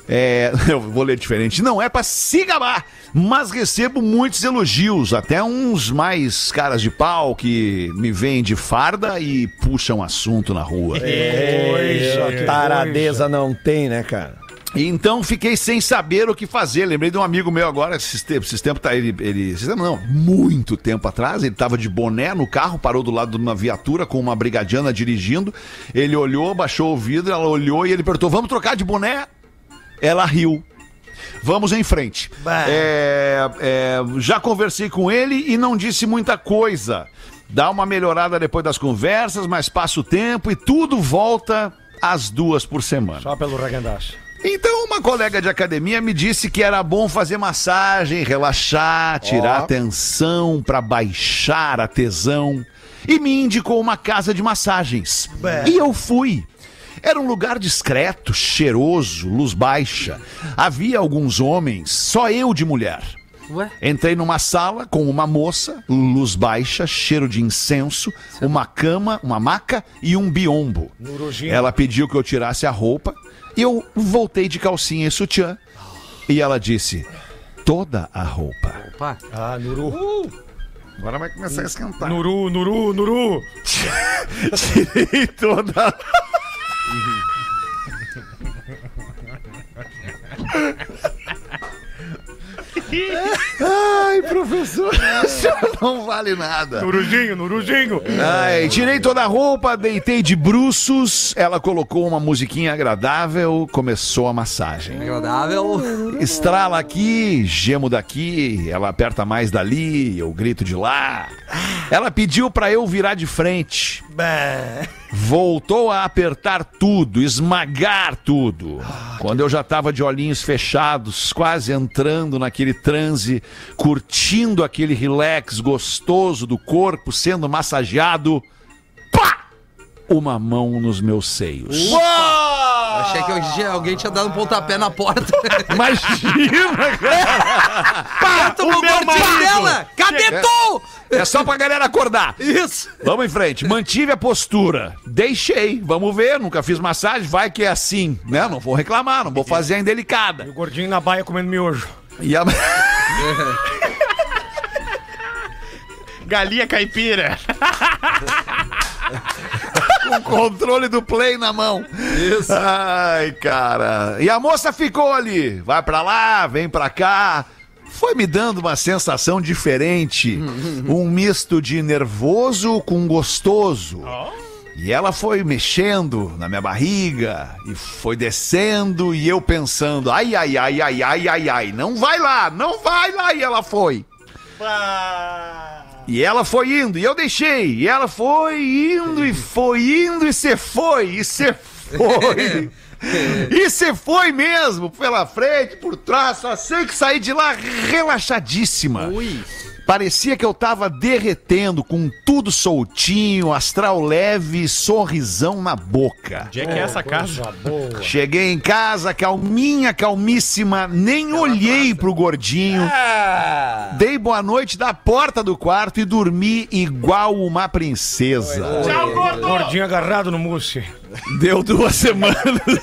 Speaker 4: É, eu vou ler diferente. Não é pra se gabar, mas recebo muitos elogios, até uns mais caras de pau que me veem de farda e puxam assunto na rua.
Speaker 5: Coisa, que taradeza não tem, né, cara?
Speaker 4: Então fiquei sem saber o que fazer. Lembrei de um amigo meu agora, esses tempos, esses tempos tá, ele, ele esses tempos não, muito tempo atrás, ele tava de boné no carro, parou do lado de uma viatura com uma brigadiana dirigindo. Ele olhou, baixou o vidro, ela olhou e ele perguntou: vamos trocar de boné? Ela riu. Vamos em frente. É, é, já conversei com ele e não disse muita coisa. Dá uma melhorada depois das conversas, mas passa o tempo e tudo volta às duas por semana.
Speaker 7: Só pelo Ragandash.
Speaker 4: Então, uma colega de academia me disse que era bom fazer massagem, relaxar, tirar a tensão pra baixar a tesão e me indicou uma casa de massagens. E eu fui. Era um lugar discreto, cheiroso, luz baixa. Havia alguns homens, só eu de mulher.
Speaker 3: Ué?
Speaker 4: Entrei numa sala com uma moça, luz baixa, cheiro de incenso, uma cama, uma maca e um biombo. Ela pediu que eu tirasse a roupa e eu voltei de calcinha e sutiã. E ela disse: toda a roupa.
Speaker 3: Opa.
Speaker 7: Ah, Nuru.
Speaker 4: Agora vai começar a esquentar.
Speaker 7: Nuru, Nuru, Nuru.
Speaker 4: Tirei toda a... Ai, professor, isso não vale nada.
Speaker 7: Nuruzinho, Nuruzinho.
Speaker 4: Ai, tirei toda a roupa, deitei de bruços, ela colocou uma musiquinha agradável, começou a massagem.
Speaker 3: Agradável.
Speaker 4: Estrala aqui, gemo daqui, ela aperta mais dali, eu grito de lá. Ela pediu pra eu virar de frente. Voltou a apertar tudo, esmagar tudo. Quando eu já tava de olhinhos fechados, quase entrando naquele transe, curtindo aquele relax gostoso do corpo sendo massageado, pá! uma mão nos meus seios.
Speaker 3: Achei que alguém tinha dado um pontapé na porta.
Speaker 4: Imagina, cara!
Speaker 3: Pá, tu
Speaker 6: o meu marido.
Speaker 3: dela! Cadê tu?
Speaker 4: É só pra galera acordar.
Speaker 3: Isso.
Speaker 4: Vamos em frente. Mantive a postura. Deixei. Vamos ver. Nunca fiz massagem. Vai que é assim, né? Não vou reclamar. Não vou fazer a indelicada.
Speaker 7: O gordinho na baia comendo miojo.
Speaker 4: E a...
Speaker 6: Galinha caipira.
Speaker 4: Com o controle do play na mão. Isso. Ai, cara. E a moça ficou ali. Vai pra lá, vem pra cá. Foi me dando uma sensação diferente. Um misto de nervoso com gostoso. E ela foi mexendo na minha barriga e foi descendo e eu pensando, ai, ai, ai, ai, ai, ai, ai, não vai lá, não vai lá. E ela foi. E ela foi indo, e eu deixei. E ela foi indo, e foi indo, e cê foi, e cê foi. E cê foi mesmo, pela frente, por trás, só sei que saí de lá relaxadíssima. Ui. Parecia que eu tava derretendo, com tudo soltinho, astral leve, sorrisão na boca.
Speaker 6: Onde é que é essa casa?
Speaker 4: Cheguei em casa, calminha, calmíssima, nem olhei pro gordinho. Dei boa noite da porta do quarto e dormi igual uma princesa.
Speaker 6: Tchau, gordo!
Speaker 7: Gordinho agarrado no mousse.
Speaker 4: Deu duas semanas.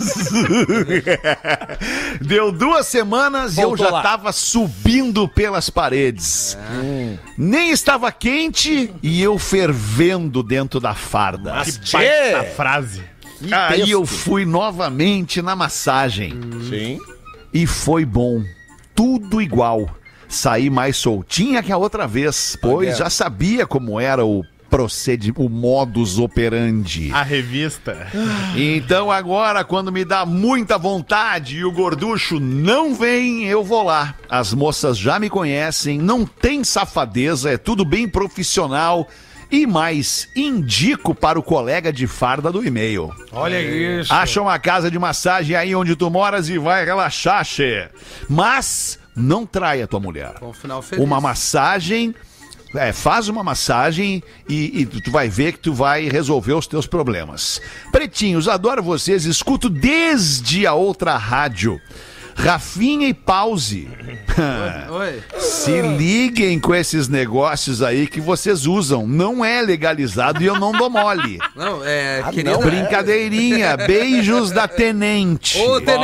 Speaker 4: Deu duas semanas e eu já lá. tava subindo pelas paredes. Hum. Nem estava quente e eu fervendo dentro da farda.
Speaker 6: Mas que baita frase.
Speaker 4: Aí eu fui novamente na massagem.
Speaker 5: Hum. Sim.
Speaker 4: E foi bom. Tudo igual. Saí mais soltinha que a outra vez, pois já sabia como era o procede o modus operandi.
Speaker 6: A revista.
Speaker 4: Então agora, quando me dá muita vontade e o gorducho não vem, eu vou lá. As moças já me conhecem, não tem safadeza, é tudo bem profissional. E mais, indico para o colega de farda do e-mail.
Speaker 7: Olha isso.
Speaker 4: Acha uma casa de massagem aí onde tu moras e vai relaxar, che. Mas não traia tua mulher.
Speaker 3: Com um final feliz.
Speaker 4: Uma massagem... É, faz uma massagem e, e tu vai ver que tu vai resolver os teus problemas. Pretinhos, adoro vocês, escuto desde a outra rádio. Rafinha e Pause.
Speaker 3: Oi.
Speaker 4: Se liguem com esses negócios aí que vocês usam. Não é legalizado e eu não dou mole.
Speaker 3: Não, é...
Speaker 4: Ah,
Speaker 3: querida,
Speaker 4: não, brincadeirinha. Beijos da Tenente.
Speaker 3: Ô, Tenente.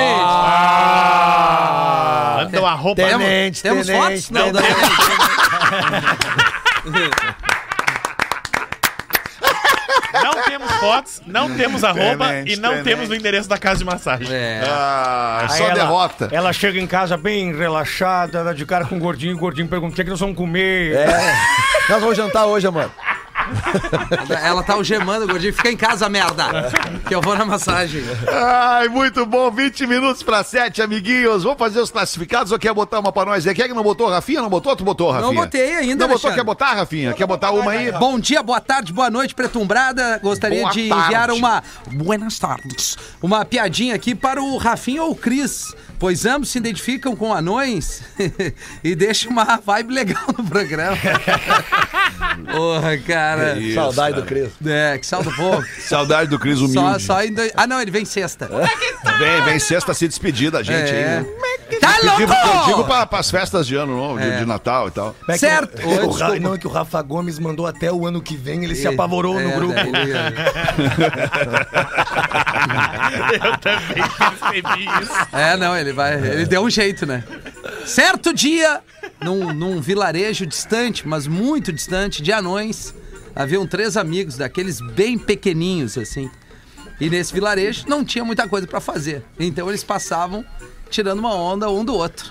Speaker 6: Ah, Manda uma roupa.
Speaker 5: Tenente,
Speaker 3: Temos
Speaker 5: tenente,
Speaker 3: fotos? Não, da
Speaker 6: Não temos fotos, não temos a roupa
Speaker 4: Tenente,
Speaker 6: e não
Speaker 4: tenente.
Speaker 6: temos o endereço da casa de massagem.
Speaker 3: É.
Speaker 4: Ah,
Speaker 7: Aí
Speaker 4: só
Speaker 7: ela-
Speaker 4: derrota.
Speaker 7: Ela chega em casa bem relaxada, dá de cara com o gordinho, o gordinho pergunta o que é que nós vamos comer.
Speaker 5: É. Nós vamos jantar hoje, amor.
Speaker 3: Ela tá algemando o gordinho. Fica em casa, merda. Que eu vou na massagem.
Speaker 4: Ai, muito bom. vinte minutos para sete, amiguinhos. Vamos fazer os classificados ou quer botar uma pra nós? Quem é que não botou, Rafinha? Não botou? Tu botou, Rafinha?
Speaker 3: Não botei ainda,
Speaker 4: Não botou?
Speaker 3: Alexandre.
Speaker 4: Quer botar, Rafinha? Quer botar uma aí?
Speaker 3: Bom dia, boa tarde, boa noite, Pretumbrada. Gostaria
Speaker 4: Boa
Speaker 3: de
Speaker 4: tarde.
Speaker 3: enviar uma... Buenas tardes. Uma piadinha aqui para o Rafinha ou o Cris, pois ambos se identificam com anões e deixam uma vibe legal no programa. Porra, cara.
Speaker 4: Isso,
Speaker 5: Saudade do Cris.
Speaker 3: É, que saldo pouco.
Speaker 4: Saudade do Cris humilde.
Speaker 3: Só, só em dois... Ah, não, ele vem sexta.
Speaker 4: Vem, vem sexta se despedir da gente
Speaker 3: É.
Speaker 4: aí, né?
Speaker 3: Tá
Speaker 4: Eu digo, eu digo
Speaker 3: louco?
Speaker 4: pra, pras festas de ano novo, de,
Speaker 3: É.
Speaker 4: de Natal e tal.
Speaker 7: É que
Speaker 3: Certo.
Speaker 7: o-
Speaker 3: Oi,
Speaker 7: o Ra-
Speaker 3: desculpa.
Speaker 7: não, é que o Rafa Gomes mandou até o ano que vem, ele se apavorou no
Speaker 3: É,
Speaker 7: grupo.
Speaker 3: daí ele-
Speaker 6: Eu também percebi isso.
Speaker 3: É, não, ele vai. Ele deu um jeito, né? Certo dia, num, num vilarejo distante, mas muito distante, de anões, haviam três amigos, daqueles bem pequeninhos, assim. E nesse vilarejo não tinha muita coisa pra fazer. Então eles passavam tirando uma onda um do outro.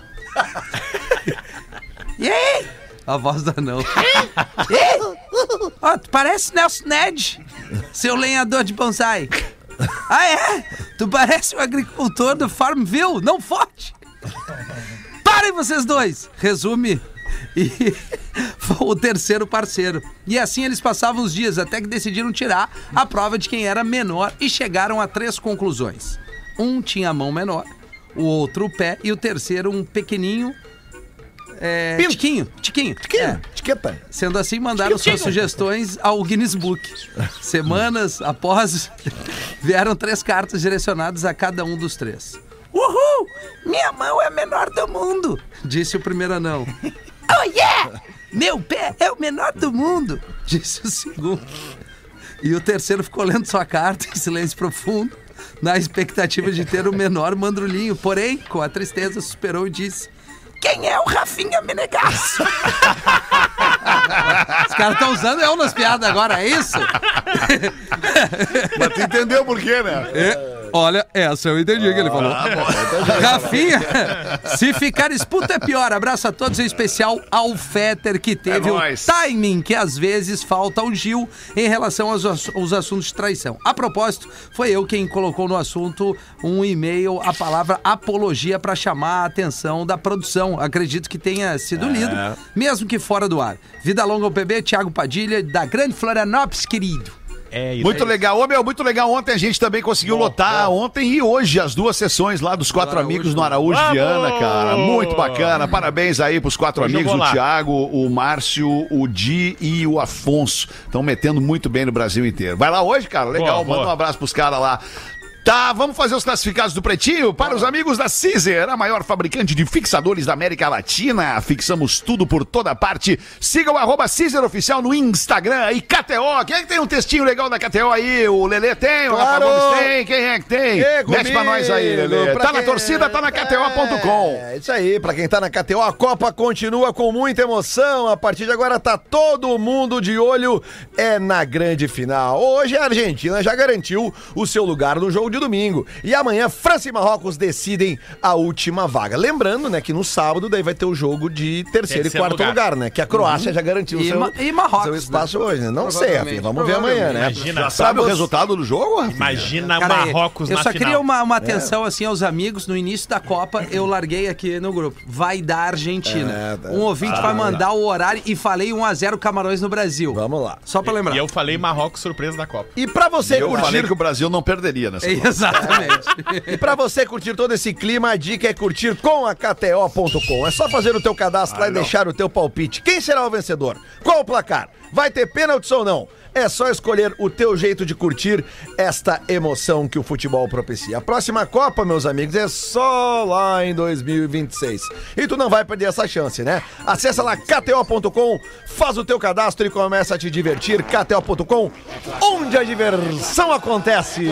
Speaker 3: E aí? A voz do anão. E aí? Ó, tu parece Nelson Ned, seu lenhador de bonsai. Ah, é? Tu parece um agricultor do Farmville, não forte. Parem vocês dois! Resume. E foi o terceiro parceiro. E assim eles passavam os dias até que decidiram tirar a prova de quem era menor e chegaram a três conclusões. Um tinha a mão menor, o outro o pé e o terceiro um pequenininho... É, tiquinho, tiquinho. É,
Speaker 5: etiqueta.
Speaker 3: Sendo assim, mandaram suas sugestões ao Guinness Book. Semanas após, vieram três cartas direcionadas a cada um dos três. Uhul! Minha mão é a menor do mundo, disse o primeiro anão. Oh yeah! Meu pé é o menor do mundo, disse o segundo. E o terceiro ficou lendo sua carta em silêncio profundo, na expectativa de ter o menor mandrulinho. Porém, com a tristeza, suspirou e disse: quem é o Rafinha Menegasso? Os caras estão usando eu nas piadas agora, é isso?
Speaker 4: Mas tu entendeu por quê, né?
Speaker 3: É. Olha, essa eu entendi que ele falou.
Speaker 4: Ah, bom,
Speaker 3: Rafinha, se ficar esputo é pior. Abraço a todos, em especial ao Fetter, que teve
Speaker 4: É
Speaker 3: o
Speaker 4: nóis.
Speaker 3: timing que às vezes falta ao Gil em relação aos, ass- aos assuntos de traição. A propósito, foi eu quem colocou no assunto um e-mail, a palavra apologia, para chamar a atenção da produção. Acredito que tenha sido lido, mesmo que fora do ar. Vida longa ao P B, Thiago Padilha, da Grande Florianópolis, querido.
Speaker 6: É isso.
Speaker 4: Muito legal. Ô, meu, muito legal. Ontem a gente também conseguiu
Speaker 6: Bom,
Speaker 4: lotar,
Speaker 6: bom.
Speaker 4: ontem e hoje, as duas sessões lá dos quatro
Speaker 3: Araújo.
Speaker 4: amigos no Araújo
Speaker 6: Vamos!
Speaker 4: Viana, cara. Muito bacana. Parabéns aí pros quatro
Speaker 6: Hoje eu
Speaker 4: amigos,
Speaker 6: vou
Speaker 4: o
Speaker 6: lá.
Speaker 4: Thiago, o Márcio, o Di e o Afonso. Estão metendo muito bem no Brasil inteiro. Vai lá hoje, cara? Legal.
Speaker 6: Boa, boa.
Speaker 4: Manda um abraço pros caras lá. Tá, vamos fazer os classificados do Pretinho para os amigos da Cizer, a maior fabricante de fixadores da América Latina. Fixamos tudo por toda parte. Siga o arroba Cizer Oficial no Instagram e K T O. Quem é que tem um textinho legal da K T O aí? O Lelê tem, o Rafa
Speaker 5: Claro.
Speaker 4: Gomes tem. Quem é que tem?
Speaker 5: E
Speaker 4: Mexe pra nós aí, Lelê.
Speaker 5: comigo, pra
Speaker 4: Tá na
Speaker 5: quem-
Speaker 4: torcida, tá na K T O ponto com.
Speaker 5: É, isso aí, pra quem tá na K T O, a Copa continua com muita emoção. A partir de agora tá todo mundo de olho é na grande final. Hoje a Argentina já garantiu o seu lugar no jogo de domingo. E amanhã França e Marrocos decidem a última vaga. Lembrando, né, que no sábado daí vai ter o jogo de terceiro,
Speaker 6: Terceiro
Speaker 5: e quarto lugar.
Speaker 6: lugar.
Speaker 5: né? Que a Croácia já garantiu o
Speaker 3: E
Speaker 5: seu,
Speaker 3: Ma- e Marrocos,
Speaker 5: seu espaço
Speaker 3: né?
Speaker 5: hoje, né? Não sei, Rafinha. Vamos ver amanhã, né?
Speaker 6: Imagina,
Speaker 4: Já sabe o resultado do jogo, Rafa?
Speaker 6: Imagina
Speaker 3: Cara,
Speaker 6: Marrocos
Speaker 3: eu
Speaker 6: na
Speaker 3: só
Speaker 6: final.
Speaker 3: queria uma, uma atenção assim aos amigos. No início da Copa, eu larguei aqui no grupo. Vai dar Argentina.
Speaker 5: É, tá.
Speaker 3: Um ouvinte vai mandar o horário e falei um a zero Camarões no Brasil.
Speaker 5: Vamos lá.
Speaker 3: Só pra lembrar.
Speaker 6: E eu falei Marrocos surpresa da Copa.
Speaker 5: E pra você
Speaker 4: Eu
Speaker 5: curtir
Speaker 4: falei que o Brasil não perderia nessa
Speaker 3: É,
Speaker 4: Copa.
Speaker 3: exatamente.
Speaker 5: E pra você curtir todo esse clima, a dica é curtir com a K T O ponto com. É só fazer o teu cadastro lá e deixar o teu palpite. Quem será o vencedor? Qual o placar? Vai ter pênalti ou não? É só escolher o teu jeito de curtir esta emoção que o futebol propicia. A próxima Copa, meus amigos, é só lá em dois mil e vinte e seis. E tu não vai perder essa chance, né? Acessa lá K T O ponto com, faz o teu cadastro e começa a te divertir. K T O ponto com, onde a diversão acontece.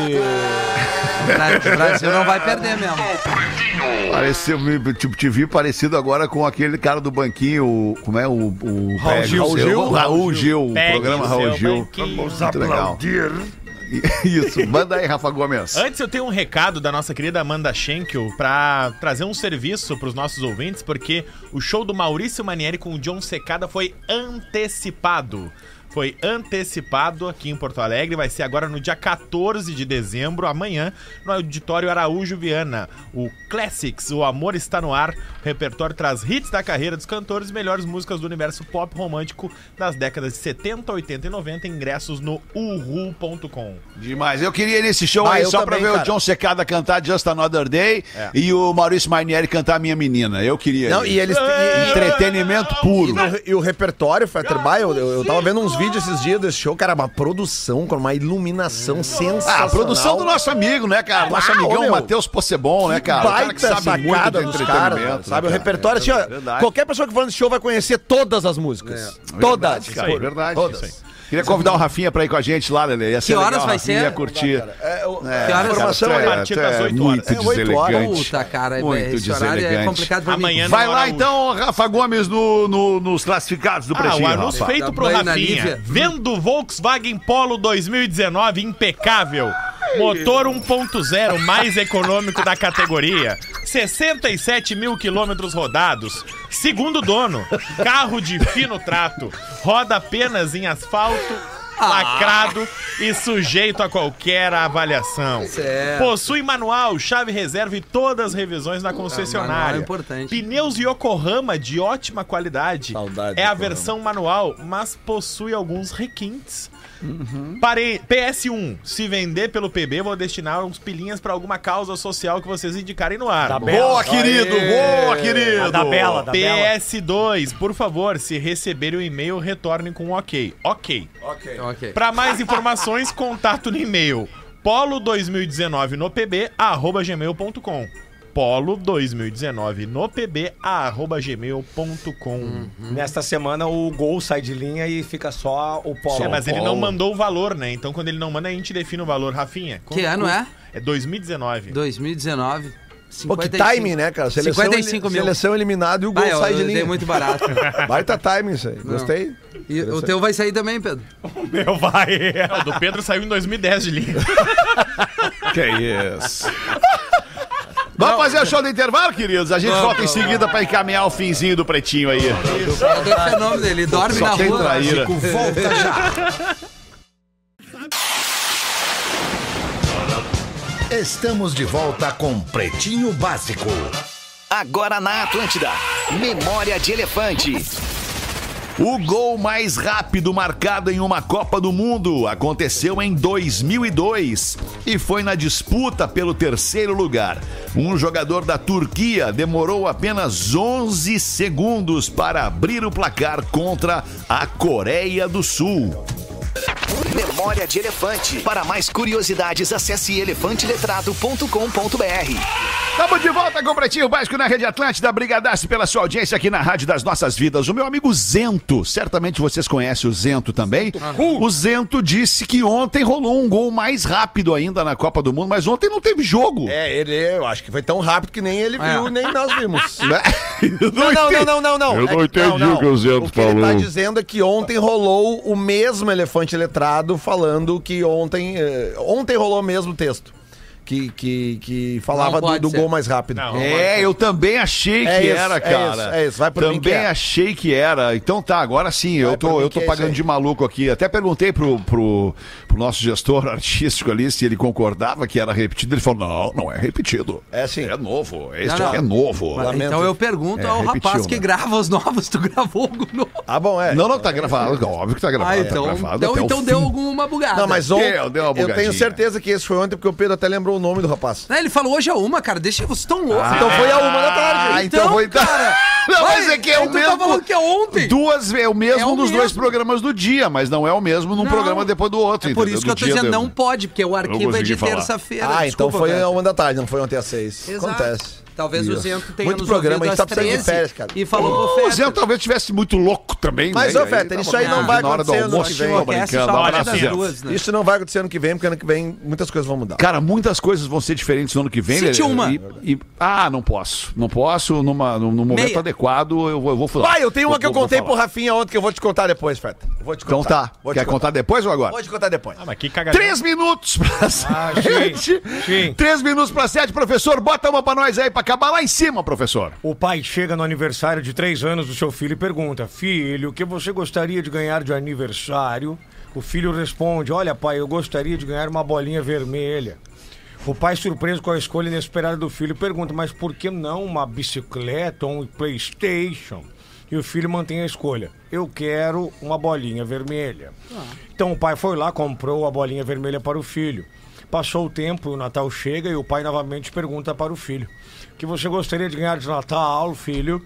Speaker 3: O Brasil não vai perder mesmo.
Speaker 4: Pareceu, me- tipo, te vi parecido agora com aquele cara do banquinho, o- como é o... o
Speaker 5: Raul
Speaker 4: Pega
Speaker 5: Gil.
Speaker 4: o seu-
Speaker 5: Raul Gil.
Speaker 4: Raul Gil, o
Speaker 6: Pegue
Speaker 4: programa
Speaker 6: o
Speaker 4: Raul
Speaker 6: seu
Speaker 4: Gil.
Speaker 6: banquinho.
Speaker 4: Muito legal. Isso, manda aí, Rafa Gomes.
Speaker 6: Antes eu tenho um recado da nossa querida Amanda Schenkel pra trazer um serviço pros nossos ouvintes, porque o show do Maurício Manieri com o John Secada foi antecipado. Foi antecipado aqui em Porto Alegre, vai ser agora no dia quatorze de dezembro, amanhã, no Auditório Araújo Viana. O Classics, O Amor Está no Ar, o repertório traz hits da carreira dos cantores e melhores músicas do universo pop romântico das décadas de setenta, oitenta e noventa, ingressos no uhu ponto com.
Speaker 4: Demais. Eu queria ir nesse show
Speaker 5: Ah,
Speaker 4: aí
Speaker 5: eu
Speaker 4: só
Speaker 5: também,
Speaker 4: pra ver
Speaker 5: cara.
Speaker 4: o John Secada cantar Just Another Day e o Maurício Mainieri cantar Minha Menina. Eu queria.
Speaker 5: Não,
Speaker 4: ir.
Speaker 5: e eles. e- e-
Speaker 4: Entretenimento puro.
Speaker 5: E, no- e o repertório, Fetter Bay, eu, eu tava vendo uns vídeos esses dias desse show, cara, uma produção com uma iluminação sensacional.
Speaker 4: Ah, a produção do nosso amigo, né, cara? Nosso
Speaker 5: Ah,
Speaker 4: amigão
Speaker 5: ô, meu.
Speaker 4: Matheus Possebon, né, cara? O cara que
Speaker 5: Baita
Speaker 4: sabe muito
Speaker 5: sacada
Speaker 4: de
Speaker 5: dos
Speaker 4: entretenimento.
Speaker 5: caras, sabe?
Speaker 4: né,
Speaker 5: O
Speaker 4: cara?
Speaker 5: repertório, assim, ó,
Speaker 4: verdade.
Speaker 5: qualquer pessoa que for nesse show vai conhecer todas as músicas. Todas.
Speaker 4: Verdade, cara,
Speaker 6: aí.
Speaker 4: verdade.
Speaker 5: Todas.
Speaker 4: Isso aí. Queria convidar o Rafinha pra ir com a gente lá, Lelê. Ia ser
Speaker 3: Que horas
Speaker 4: legal,
Speaker 3: vai
Speaker 4: o Rafinha
Speaker 3: ser?
Speaker 4: Ia curtir.
Speaker 5: É, o-
Speaker 4: É,
Speaker 3: Que horas?
Speaker 5: informação
Speaker 4: cara,
Speaker 5: aí.
Speaker 4: tu é-
Speaker 6: A partir
Speaker 4: tu
Speaker 6: das
Speaker 4: é
Speaker 6: oito
Speaker 4: muito
Speaker 6: horas.
Speaker 5: É, oito horas.
Speaker 4: deselegante.
Speaker 3: Puta, cara,
Speaker 4: Muito
Speaker 3: esse horário é
Speaker 4: deselegante.
Speaker 3: complicado pra
Speaker 6: Amanhã
Speaker 3: mim.
Speaker 4: Vai
Speaker 6: no
Speaker 4: lá
Speaker 6: Araújo.
Speaker 4: então, Rafa Gomes, no, no- nos classificados do
Speaker 6: Ah,
Speaker 4: Pretinho.
Speaker 6: o anúncio
Speaker 4: Rafa.
Speaker 6: feito
Speaker 3: Dá
Speaker 6: pro
Speaker 3: banho na
Speaker 6: Rafinha.
Speaker 3: Lívia.
Speaker 6: Vendo Volkswagen Polo dois mil e dezenove impecável. Motor um ponto zero mais econômico da categoria. sessenta e sete mil quilômetros rodados. Segundo dono. Carro de fino trato. Roda apenas em asfalto. Lacrado e sujeito a qualquer avaliação.
Speaker 3: Certo.
Speaker 6: Possui manual, chave reserva e todas as revisões na concessionária.
Speaker 3: manual é importante.
Speaker 6: Pneus Yokohama de ótima qualidade.
Speaker 5: Saudade
Speaker 6: é a
Speaker 5: do Yokohama.
Speaker 6: versão manual, mas possui alguns requintes. Uhum. Parei, P S um, se vender pelo P B, vou destinar uns pilinhas pra alguma causa social que vocês indicarem no ar.
Speaker 7: Da
Speaker 4: Boa, querido,
Speaker 5: Aê.
Speaker 4: boa, querido.
Speaker 7: A da Bela, da
Speaker 6: P
Speaker 7: Bela.
Speaker 6: S dois, por favor, se receber o e-mail, retorne com um ok. Ok.
Speaker 3: Ok.
Speaker 6: Para mais informações, contato no e-mail polo dois mil e dezenove no pb arroba gmail ponto com. polo dois mil e dezenove no pb arroba gmail ponto com.
Speaker 7: Hum. Nesta semana o Gol sai de linha e fica só o Polo.
Speaker 6: É, mas ele não mandou o valor, né? Então quando ele não manda, a gente define o valor. Rafinha.
Speaker 3: Que ano é?
Speaker 6: É dois mil e dezenove.
Speaker 3: dois mil e dezenove.
Speaker 5: Pô, que
Speaker 3: cinquenta e cinco.
Speaker 5: timing, né, cara? Seleção,
Speaker 3: cinquenta e cinco mil.
Speaker 5: Seleção eliminada e o gol
Speaker 3: Ah, eu,
Speaker 5: sai de
Speaker 3: eu dei
Speaker 5: linha.
Speaker 3: muito barato.
Speaker 5: Baita timing isso aí. Gostei.
Speaker 3: E o teu vai sair também, Pedro?
Speaker 7: Meu vai.
Speaker 6: O do Pedro saiu em dois mil e dez de linha.
Speaker 4: Que isso. Vamos fazer o show do intervalo, queridos? A gente
Speaker 3: Vamos,
Speaker 4: volta em seguida pra encaminhar o finzinho do Pretinho aí.
Speaker 3: É o fenômeno dele, ele dorme
Speaker 4: Só
Speaker 3: na
Speaker 4: tem
Speaker 3: rua.
Speaker 4: traíra.
Speaker 5: Volta já.
Speaker 2: Estamos de volta com Pretinho Básico.
Speaker 8: Agora na Atlântida, Memória de Elefante.
Speaker 4: O gol mais rápido marcado em uma Copa do Mundo aconteceu em dois mil e dois e foi na disputa pelo terceiro lugar. Um jogador da Turquia demorou apenas onze segundos para abrir o placar contra a Coreia do Sul.
Speaker 8: Memória de Elefante. Para mais curiosidades, acesse elefante letrado ponto com ponto b r.
Speaker 4: Estamos de volta com o Pretinho Básico na Rede Atlântida. Brigadaço pela sua audiência aqui na Rádio das Nossas Vidas. O meu amigo Zento, certamente vocês conhecem o Zento também. O Zento disse que ontem rolou um gol mais rápido ainda na Copa do Mundo, mas ontem não teve jogo.
Speaker 5: É, ele, eu acho que foi tão rápido que nem ele viu,
Speaker 3: É.
Speaker 5: nem nós vimos.
Speaker 4: Eu
Speaker 5: Não, não, não, não, não, não.
Speaker 1: Eu não
Speaker 5: É
Speaker 1: entendi o que o Zento
Speaker 5: O que ele tá
Speaker 1: falou.
Speaker 5: dizendo é que ontem rolou o mesmo elefante letrado falando que ontem. eh, ontem rolou o mesmo texto. Que, que, que falava
Speaker 3: Não
Speaker 5: do,
Speaker 3: pode
Speaker 5: do
Speaker 3: ser.
Speaker 5: gol mais rápido.
Speaker 6: Não.
Speaker 4: É, eu também achei que
Speaker 5: É isso,
Speaker 4: era,
Speaker 5: é
Speaker 4: cara.
Speaker 5: isso, é isso. Vai por mim
Speaker 4: Também
Speaker 5: que é.
Speaker 4: achei que era. Então tá, agora sim, eu
Speaker 5: Vai por
Speaker 4: tô,
Speaker 5: mim
Speaker 4: eu tô
Speaker 5: que é
Speaker 4: pagando
Speaker 5: isso aí.
Speaker 4: de maluco aqui. Até perguntei pro, pro, pro nosso gestor artístico ali se ele concordava que era repetido. Ele falou: não, não é repetido.
Speaker 5: É sim.
Speaker 4: É novo. Este
Speaker 3: Não, não.
Speaker 4: aqui é novo.
Speaker 3: Mas,
Speaker 5: Lamento.
Speaker 3: então eu pergunto
Speaker 4: É,
Speaker 3: ao
Speaker 4: repetiu,
Speaker 3: rapaz que
Speaker 4: né?
Speaker 3: grava os novos. Tu gravou algum novo?
Speaker 5: Ah, bom, é.
Speaker 4: Não, não, tá gravado. Óbvio que tá gravado.
Speaker 3: Ah, então,
Speaker 4: tá gravado
Speaker 3: então,
Speaker 4: até o
Speaker 3: então
Speaker 4: fim.
Speaker 3: deu alguma bugada.
Speaker 5: Não, mas ontem.
Speaker 4: Deu, deu uma
Speaker 5: eu tenho
Speaker 4: bugadinha.
Speaker 5: certeza que esse foi ontem, porque o Pedro até lembrou o nome do rapaz.
Speaker 3: Não, ele falou hoje é uma, cara. Deixa vocês tão loucos.
Speaker 5: Então foi a uma da tarde.
Speaker 4: Ah, então foi.
Speaker 3: cara.
Speaker 4: Não, mas
Speaker 3: Vai,
Speaker 4: é que é
Speaker 3: aí
Speaker 4: o
Speaker 3: tu tá
Speaker 4: mesmo.
Speaker 3: falando que é ontem.
Speaker 4: Duas, é o mesmo
Speaker 3: É o
Speaker 4: nos dois
Speaker 3: mesmo.
Speaker 4: programas do dia, mas não é o mesmo num
Speaker 3: Não.
Speaker 4: programa depois do outro.
Speaker 3: É por
Speaker 4: entendeu?
Speaker 3: isso que
Speaker 4: Do
Speaker 3: eu tô
Speaker 4: dia
Speaker 3: dizendo,
Speaker 4: de-
Speaker 3: não pode, porque o arquivo é
Speaker 4: consegui
Speaker 3: de
Speaker 4: falar.
Speaker 3: terça-feira.
Speaker 5: Ah, então
Speaker 3: Desculpa,
Speaker 5: foi
Speaker 3: cara.
Speaker 5: a uma da tarde, não foi ontem às seis.
Speaker 3: Exato.
Speaker 5: Acontece.
Speaker 3: Talvez o
Speaker 5: Isso.
Speaker 3: Zento tenha
Speaker 5: Muito
Speaker 3: nos
Speaker 5: programa,
Speaker 3: ouvido
Speaker 5: a gente tá
Speaker 3: às
Speaker 5: precisando de
Speaker 3: treze
Speaker 5: férias, cara.
Speaker 3: e falou pro
Speaker 4: O
Speaker 3: Fetter.
Speaker 4: Zé talvez estivesse muito louco também.
Speaker 5: Mas,
Speaker 4: né?
Speaker 5: ô,
Speaker 4: E aí
Speaker 5: Fetter,
Speaker 4: tava
Speaker 5: isso aí não
Speaker 4: falando
Speaker 5: vai
Speaker 4: na hora do
Speaker 5: acontecer ano
Speaker 4: almoço,
Speaker 5: que vem.
Speaker 4: tô
Speaker 3: Enlouquece
Speaker 4: brincando.
Speaker 3: só a hora
Speaker 4: Abraço,
Speaker 3: das
Speaker 4: Zé.
Speaker 3: duas, né?
Speaker 5: Isso não vai acontecer ano que vem, porque ano que vem muitas coisas vão mudar.
Speaker 4: Cara, muitas coisas vão ser diferentes no ano que vem.
Speaker 3: Cite
Speaker 4: né?
Speaker 3: uma.
Speaker 4: E- e- ah, não posso. Não posso. Numa, no, no momento
Speaker 3: Meia.
Speaker 4: adequado, eu vou, eu vou falar.
Speaker 5: Vai, eu tenho uma que eu
Speaker 4: Vou- vou
Speaker 5: contei
Speaker 4: falar.
Speaker 5: pro Rafinha ontem que eu vou te contar depois, Fetter. Eu Vou te
Speaker 4: Então
Speaker 5: contar.
Speaker 4: tá.
Speaker 5: Vou te
Speaker 4: Quer contar depois ou agora?
Speaker 5: Vou te contar depois.
Speaker 6: Ah, mas que cagadão.
Speaker 4: Três minutos pra
Speaker 7: Ah,
Speaker 4: sete.
Speaker 7: sim, sim.
Speaker 4: Três minutos pra sete, professor. Bota uma pra nós aí pra acabar lá em cima, professor.
Speaker 7: O pai chega no aniversário de três anos do seu filho e pergunta: filho, o que você gostaria de ganhar de aniversário? O filho responde: olha, pai, eu gostaria de ganhar uma bolinha vermelha. O pai, surpreso com a escolha inesperada do filho, pergunta: mas por que não uma bicicleta ou um PlayStation? E o filho mantém a escolha: eu quero uma bolinha vermelha. Então o pai foi lá, comprou a bolinha vermelha para o filho. Passou o tempo, o Natal chega e o pai novamente pergunta para o filho: o que você gostaria de ganhar de Natal, filho?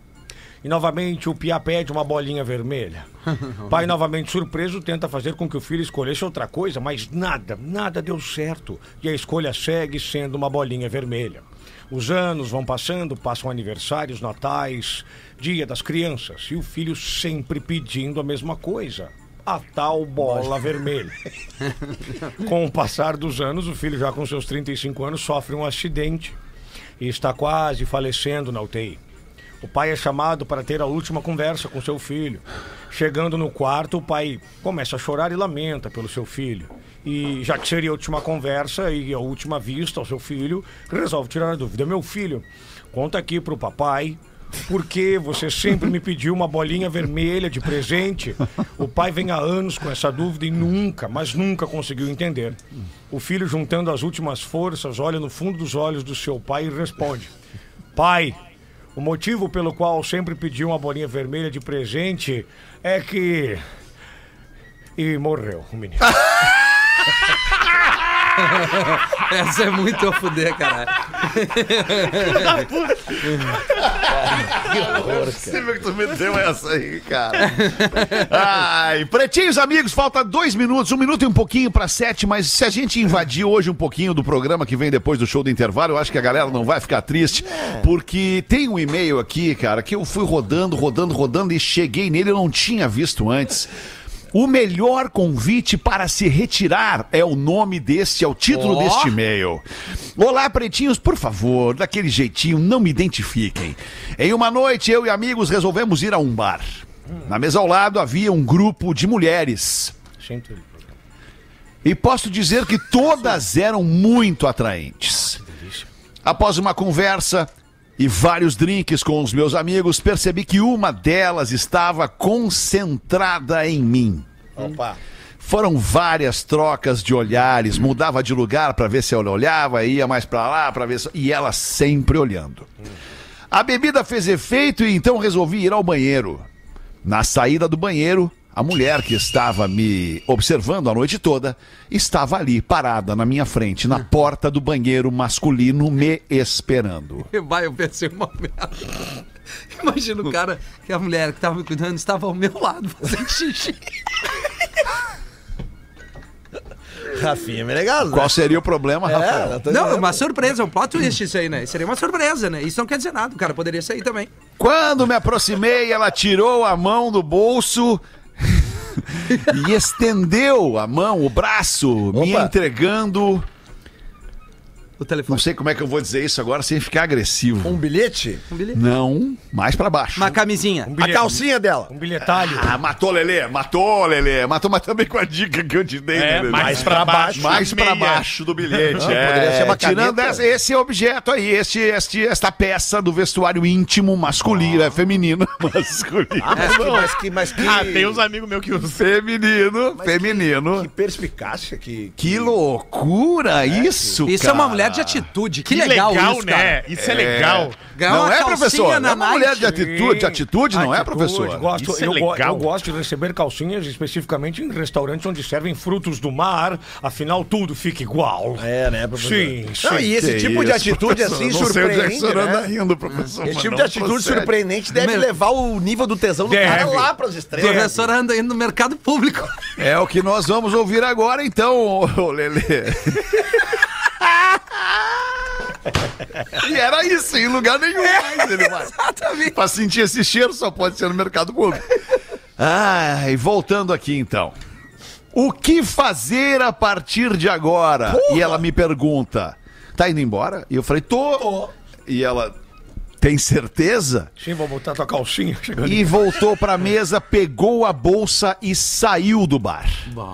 Speaker 7: E novamente o Pia pede uma bolinha vermelha. Pai, novamente surpreso, tenta fazer com que o filho escolhesse outra coisa, mas nada, nada deu certo. E a escolha segue sendo uma bolinha vermelha. Os anos vão passando, passam aniversários, natais, dia das crianças. E o filho sempre pedindo a mesma coisa: a tal bola vermelha. Com o passar dos anos, o filho, já com seus trinta e cinco anos, sofre um acidente e está quase falecendo na U T I. O pai é chamado para ter a última conversa com seu filho. Chegando no quarto, o pai começa a chorar e lamenta pelo seu filho. E já que seria a última conversa e a última vista ao seu filho, resolve tirar a dúvida: meu filho, conta aqui pro papai por que você sempre me pediu uma bolinha vermelha de presente. O pai vem há anos com essa dúvida e nunca, mas nunca conseguiu entender. O filho, juntando as últimas forças, olha no fundo dos olhos do seu pai e responde: pai, o motivo pelo qual sempre pedi uma bolinha vermelha de presente é que e morreu o menino.
Speaker 3: Essa é muito a fuder, caralho.
Speaker 4: Possível que tu meteu essa aí, cara. Ai, pretinhos amigos, falta dois minutos, um minuto e um pouquinho pra sete, mas se a gente invadir hoje um pouquinho do programa que vem depois do show do intervalo, eu acho que a galera não vai ficar triste, porque tem um e-mail aqui, cara, que eu fui rodando, rodando, rodando e cheguei nele, eu não tinha visto antes. O melhor convite para se retirar é o nome deste, é o título
Speaker 3: Oh.
Speaker 4: deste e-mail. Olá, pretinhos, por favor, daquele jeitinho, não me identifiquem. Em uma noite, eu e amigos resolvemos ir a um bar. Na mesa ao lado havia um grupo de mulheres. E posso dizer que todas eram muito atraentes. Após uma conversa e vários drinks com os meus amigos, percebi que uma delas estava concentrada em mim.
Speaker 5: Opa.
Speaker 4: Foram várias trocas de olhares, mudava de lugar para ver se ela olhava, ia mais para lá para ver se... E ela sempre olhando. A bebida fez efeito e então resolvi ir ao banheiro. Na saída do banheiro, a mulher que estava me observando a noite toda estava ali, parada na minha frente, na porta do banheiro masculino, me esperando.
Speaker 3: Vai, eu pensei uma merda. Imagina o cara, que a mulher que tava me cuidando estava ao meu lado fazendo xixi.
Speaker 5: Rafinha Menegaso.
Speaker 4: Qual seria o problema, Rafael?
Speaker 5: É, tô
Speaker 3: Não, é
Speaker 5: dizendo.
Speaker 3: uma surpresa, um plot twist isso aí, né? Seria uma surpresa, né? Isso não quer dizer nada, o cara poderia sair também.
Speaker 4: Quando me aproximei, ela tirou a mão do bolso e estendeu a mão, o braço, me
Speaker 5: Opa.
Speaker 4: entregando...
Speaker 3: O telefone.
Speaker 4: Não sei como é que eu vou dizer isso agora sem ficar agressivo.
Speaker 5: Um bilhete?
Speaker 3: Um bilhete.
Speaker 4: Não, mais pra baixo.
Speaker 3: Uma camisinha.
Speaker 5: A calcinha dela.
Speaker 7: Um bilhetalho.
Speaker 4: Ah, matou, Lelê, matou, Lelê. Matou, mas também com a dica que eu te dei, né,
Speaker 6: É,
Speaker 4: Lelê?
Speaker 6: mais pra baixo.
Speaker 4: Mais pra
Speaker 6: meia.
Speaker 4: baixo do bilhete.
Speaker 5: Não,
Speaker 4: é.
Speaker 5: poderia ser uma
Speaker 4: Tirando
Speaker 5: caneta.
Speaker 4: essa- esse objeto aí, este, este, esta peça do vestuário íntimo masculino, é feminino. Masculino.
Speaker 5: Mas que, mas que, mas que,
Speaker 6: Ah, tem uns amigos meus que usam.
Speaker 4: Feminino, feminino.
Speaker 5: que perspicácia, que...
Speaker 4: Que loucura isso,
Speaker 3: Isso
Speaker 4: cara.
Speaker 3: é uma mulher de atitude. Que,
Speaker 6: Que
Speaker 3: legal,
Speaker 6: legal,
Speaker 3: isso,
Speaker 6: né?
Speaker 3: cara.
Speaker 6: Isso é, legal.
Speaker 3: Ganhar
Speaker 4: Não
Speaker 3: uma
Speaker 4: é,
Speaker 3: calcinha
Speaker 4: professor?
Speaker 3: na
Speaker 4: É uma mulher
Speaker 3: Nike.
Speaker 4: de atitude, de atitude, não é,
Speaker 7: Atitude,
Speaker 4: professor?
Speaker 7: Gosto,
Speaker 6: Isso é
Speaker 7: eu, go-
Speaker 6: legal.
Speaker 7: eu gosto de receber calcinhas, especificamente em restaurantes onde servem frutos do mar, afinal tudo fica igual.
Speaker 5: É, né, professor?
Speaker 7: Sim, sim.
Speaker 5: Não, e esse
Speaker 4: Que
Speaker 5: tipo de
Speaker 4: isso,
Speaker 5: atitude
Speaker 4: professor?
Speaker 5: assim
Speaker 4: Não sei onde é que o
Speaker 5: surpreende,
Speaker 4: senhor anda
Speaker 5: né?
Speaker 4: rindo, professor.
Speaker 5: Esse
Speaker 4: mas
Speaker 5: tipo
Speaker 4: não
Speaker 5: de atitude
Speaker 4: procede.
Speaker 5: surpreendente deve
Speaker 3: Meu-
Speaker 5: levar o nível do tesão do
Speaker 7: Deve.
Speaker 5: cara lá pras
Speaker 3: O
Speaker 5: estrelas.
Speaker 3: professor anda indo no mercado público.
Speaker 4: É o que nós vamos ouvir agora, então, ô Lelê. E era isso, em lugar nenhum mais ele vai.
Speaker 3: Exatamente.
Speaker 4: Pra sentir esse cheiro só pode ser no mercado público. Ai, voltando aqui então. O que fazer a partir de agora? E ela me pergunta, tá indo embora? E eu falei, tô. E ela, tem certeza?
Speaker 7: Sim, vou botar tua calcinha. Chegando.
Speaker 4: E voltou pra mesa, pegou a bolsa e saiu do bar.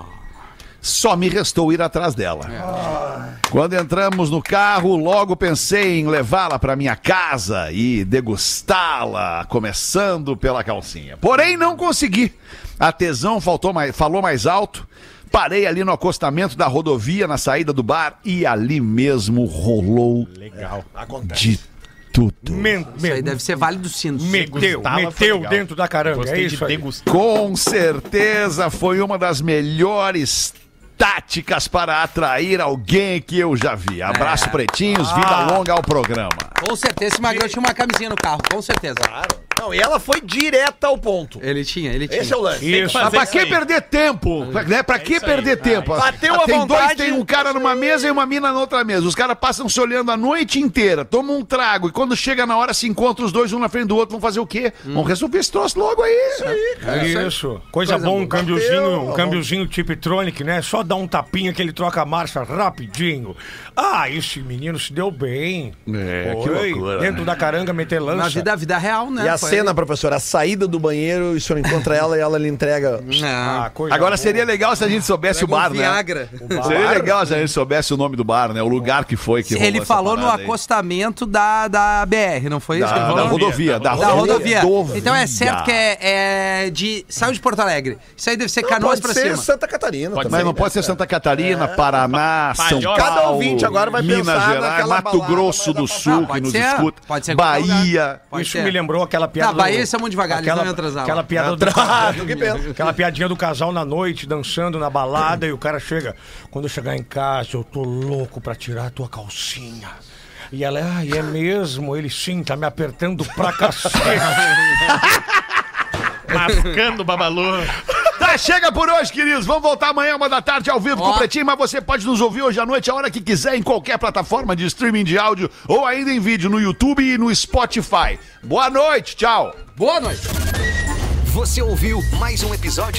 Speaker 4: Só me restou ir atrás dela. Quando entramos no carro, logo pensei em levá-la para minha casa e degustá-la, começando pela calcinha. Porém, não consegui. A tesão faltou mais, falou mais alto. Parei ali no acostamento da rodovia, na saída do bar, e ali mesmo rolou
Speaker 6: Legal.
Speaker 4: de tudo.
Speaker 7: Men-
Speaker 3: Isso aí
Speaker 7: men-
Speaker 3: deve ser Vale dos Sinos.
Speaker 7: Meteu,
Speaker 6: Degustá-la foi
Speaker 7: meteu
Speaker 6: legal.
Speaker 7: dentro da caranga.
Speaker 6: Gostei
Speaker 7: É
Speaker 6: de
Speaker 7: isso aí.
Speaker 6: degustar.
Speaker 4: Com certeza foi uma das melhores táticas para atrair alguém que eu já vi. Abraço, pretinhos, vida longa ao programa.
Speaker 3: Com certeza, esse magrão tinha uma camisinha no carro, com certeza.
Speaker 5: Não, e ela foi direta ao ponto.
Speaker 3: Ele tinha, ele tinha.
Speaker 5: Esse é o lance.
Speaker 7: Isso.
Speaker 4: Mas
Speaker 6: Fazer
Speaker 4: pra
Speaker 6: isso
Speaker 4: que
Speaker 6: aí.
Speaker 4: perder tempo? Pra, né? pra que
Speaker 6: isso aí.
Speaker 4: perder tempo?
Speaker 5: Bateu
Speaker 4: Ah,
Speaker 5: à
Speaker 4: tem
Speaker 5: vontade.
Speaker 4: dois, tem um cara numa mesa e uma mina na outra mesa. Os caras passam se olhando a noite inteira, tomam um trago e quando chega na hora se encontram os dois um na frente do outro, vão fazer o quê? Vão resolver esse troço logo aí. Isso aí.
Speaker 7: É isso. Coisa boa, um câmbiozinho, um câmbiozinho Tiptronic, né? Só dá um tapinha que ele troca a marcha rapidinho. Ah, esse menino se deu bem.
Speaker 4: É, que
Speaker 7: Oi,
Speaker 4: loucura,
Speaker 7: dentro
Speaker 4: né?
Speaker 7: da caranga, meter lança.
Speaker 3: Na vida, a vida real, né?
Speaker 5: E a
Speaker 3: Foi
Speaker 5: cena,
Speaker 3: ali.
Speaker 5: professor, a saída do banheiro, e o senhor encontra ela e ela lhe entrega.
Speaker 3: Não.
Speaker 7: Ah, coisa
Speaker 4: Agora
Speaker 7: boa.
Speaker 4: seria legal se a gente soubesse o
Speaker 3: Pega um
Speaker 4: bar, né?
Speaker 3: Viagra.
Speaker 4: Seria legal se a gente soubesse o nome do bar, né? O lugar que foi que rolou
Speaker 3: Ele
Speaker 4: essa
Speaker 3: falou no
Speaker 4: parada aí.
Speaker 3: acostamento da, da B R, não foi isso que ele
Speaker 4: Da,
Speaker 3: falou?
Speaker 4: da rodovia, da,
Speaker 3: Da rodovia.
Speaker 4: rodovia.
Speaker 3: Então é certo que é, é de. Saiu de Porto Alegre. Isso aí deve ser Canoas
Speaker 5: Pode
Speaker 3: pra
Speaker 5: ser
Speaker 3: cima.
Speaker 5: Santa Catarina
Speaker 6: Pode
Speaker 5: também.
Speaker 4: Mas não
Speaker 5: né,
Speaker 4: pode ser
Speaker 5: cara?
Speaker 4: Santa Catarina, Paraná, São
Speaker 6: Palhoça.
Speaker 4: Paulo,
Speaker 5: Cada ouvinte agora vai
Speaker 4: Minas
Speaker 5: pensar
Speaker 4: Gerais,
Speaker 5: naquela
Speaker 4: Mato
Speaker 5: balada
Speaker 4: Grosso
Speaker 5: mais
Speaker 4: do
Speaker 5: afastada.
Speaker 4: Sul, que
Speaker 3: Pode
Speaker 4: nos
Speaker 3: ser,
Speaker 4: escuta,
Speaker 3: pode ser qualquer
Speaker 4: Bahia.
Speaker 3: Pode
Speaker 7: Isso
Speaker 3: ser.
Speaker 7: me lembrou aquela piada piada.
Speaker 3: Tá, Bahia, eles são muito devagar, eles
Speaker 7: aquela,
Speaker 3: vão me atrasar.
Speaker 7: aquela
Speaker 3: lá.
Speaker 7: piada do
Speaker 5: Atraso, que pena.
Speaker 7: Aquela piadinha do casal na noite, dançando na balada, e o cara chega. Quando eu chegar em casa, eu tô louco pra tirar a tua calcinha. E ela, ai, é mesmo? Ele, sim, tá me apertando pra cacete.
Speaker 6: Mascando o babalu.
Speaker 4: Tá, chega por hoje, queridos. Vamos voltar amanhã, uma da tarde, ao vivo
Speaker 3: Ó.
Speaker 4: com o Pretinho, mas você pode nos ouvir hoje à noite, a hora que quiser, em qualquer plataforma de streaming de áudio, ou ainda em vídeo no YouTube e no Spotify. Boa noite, tchau.
Speaker 3: Boa noite.
Speaker 8: Você ouviu mais um episódio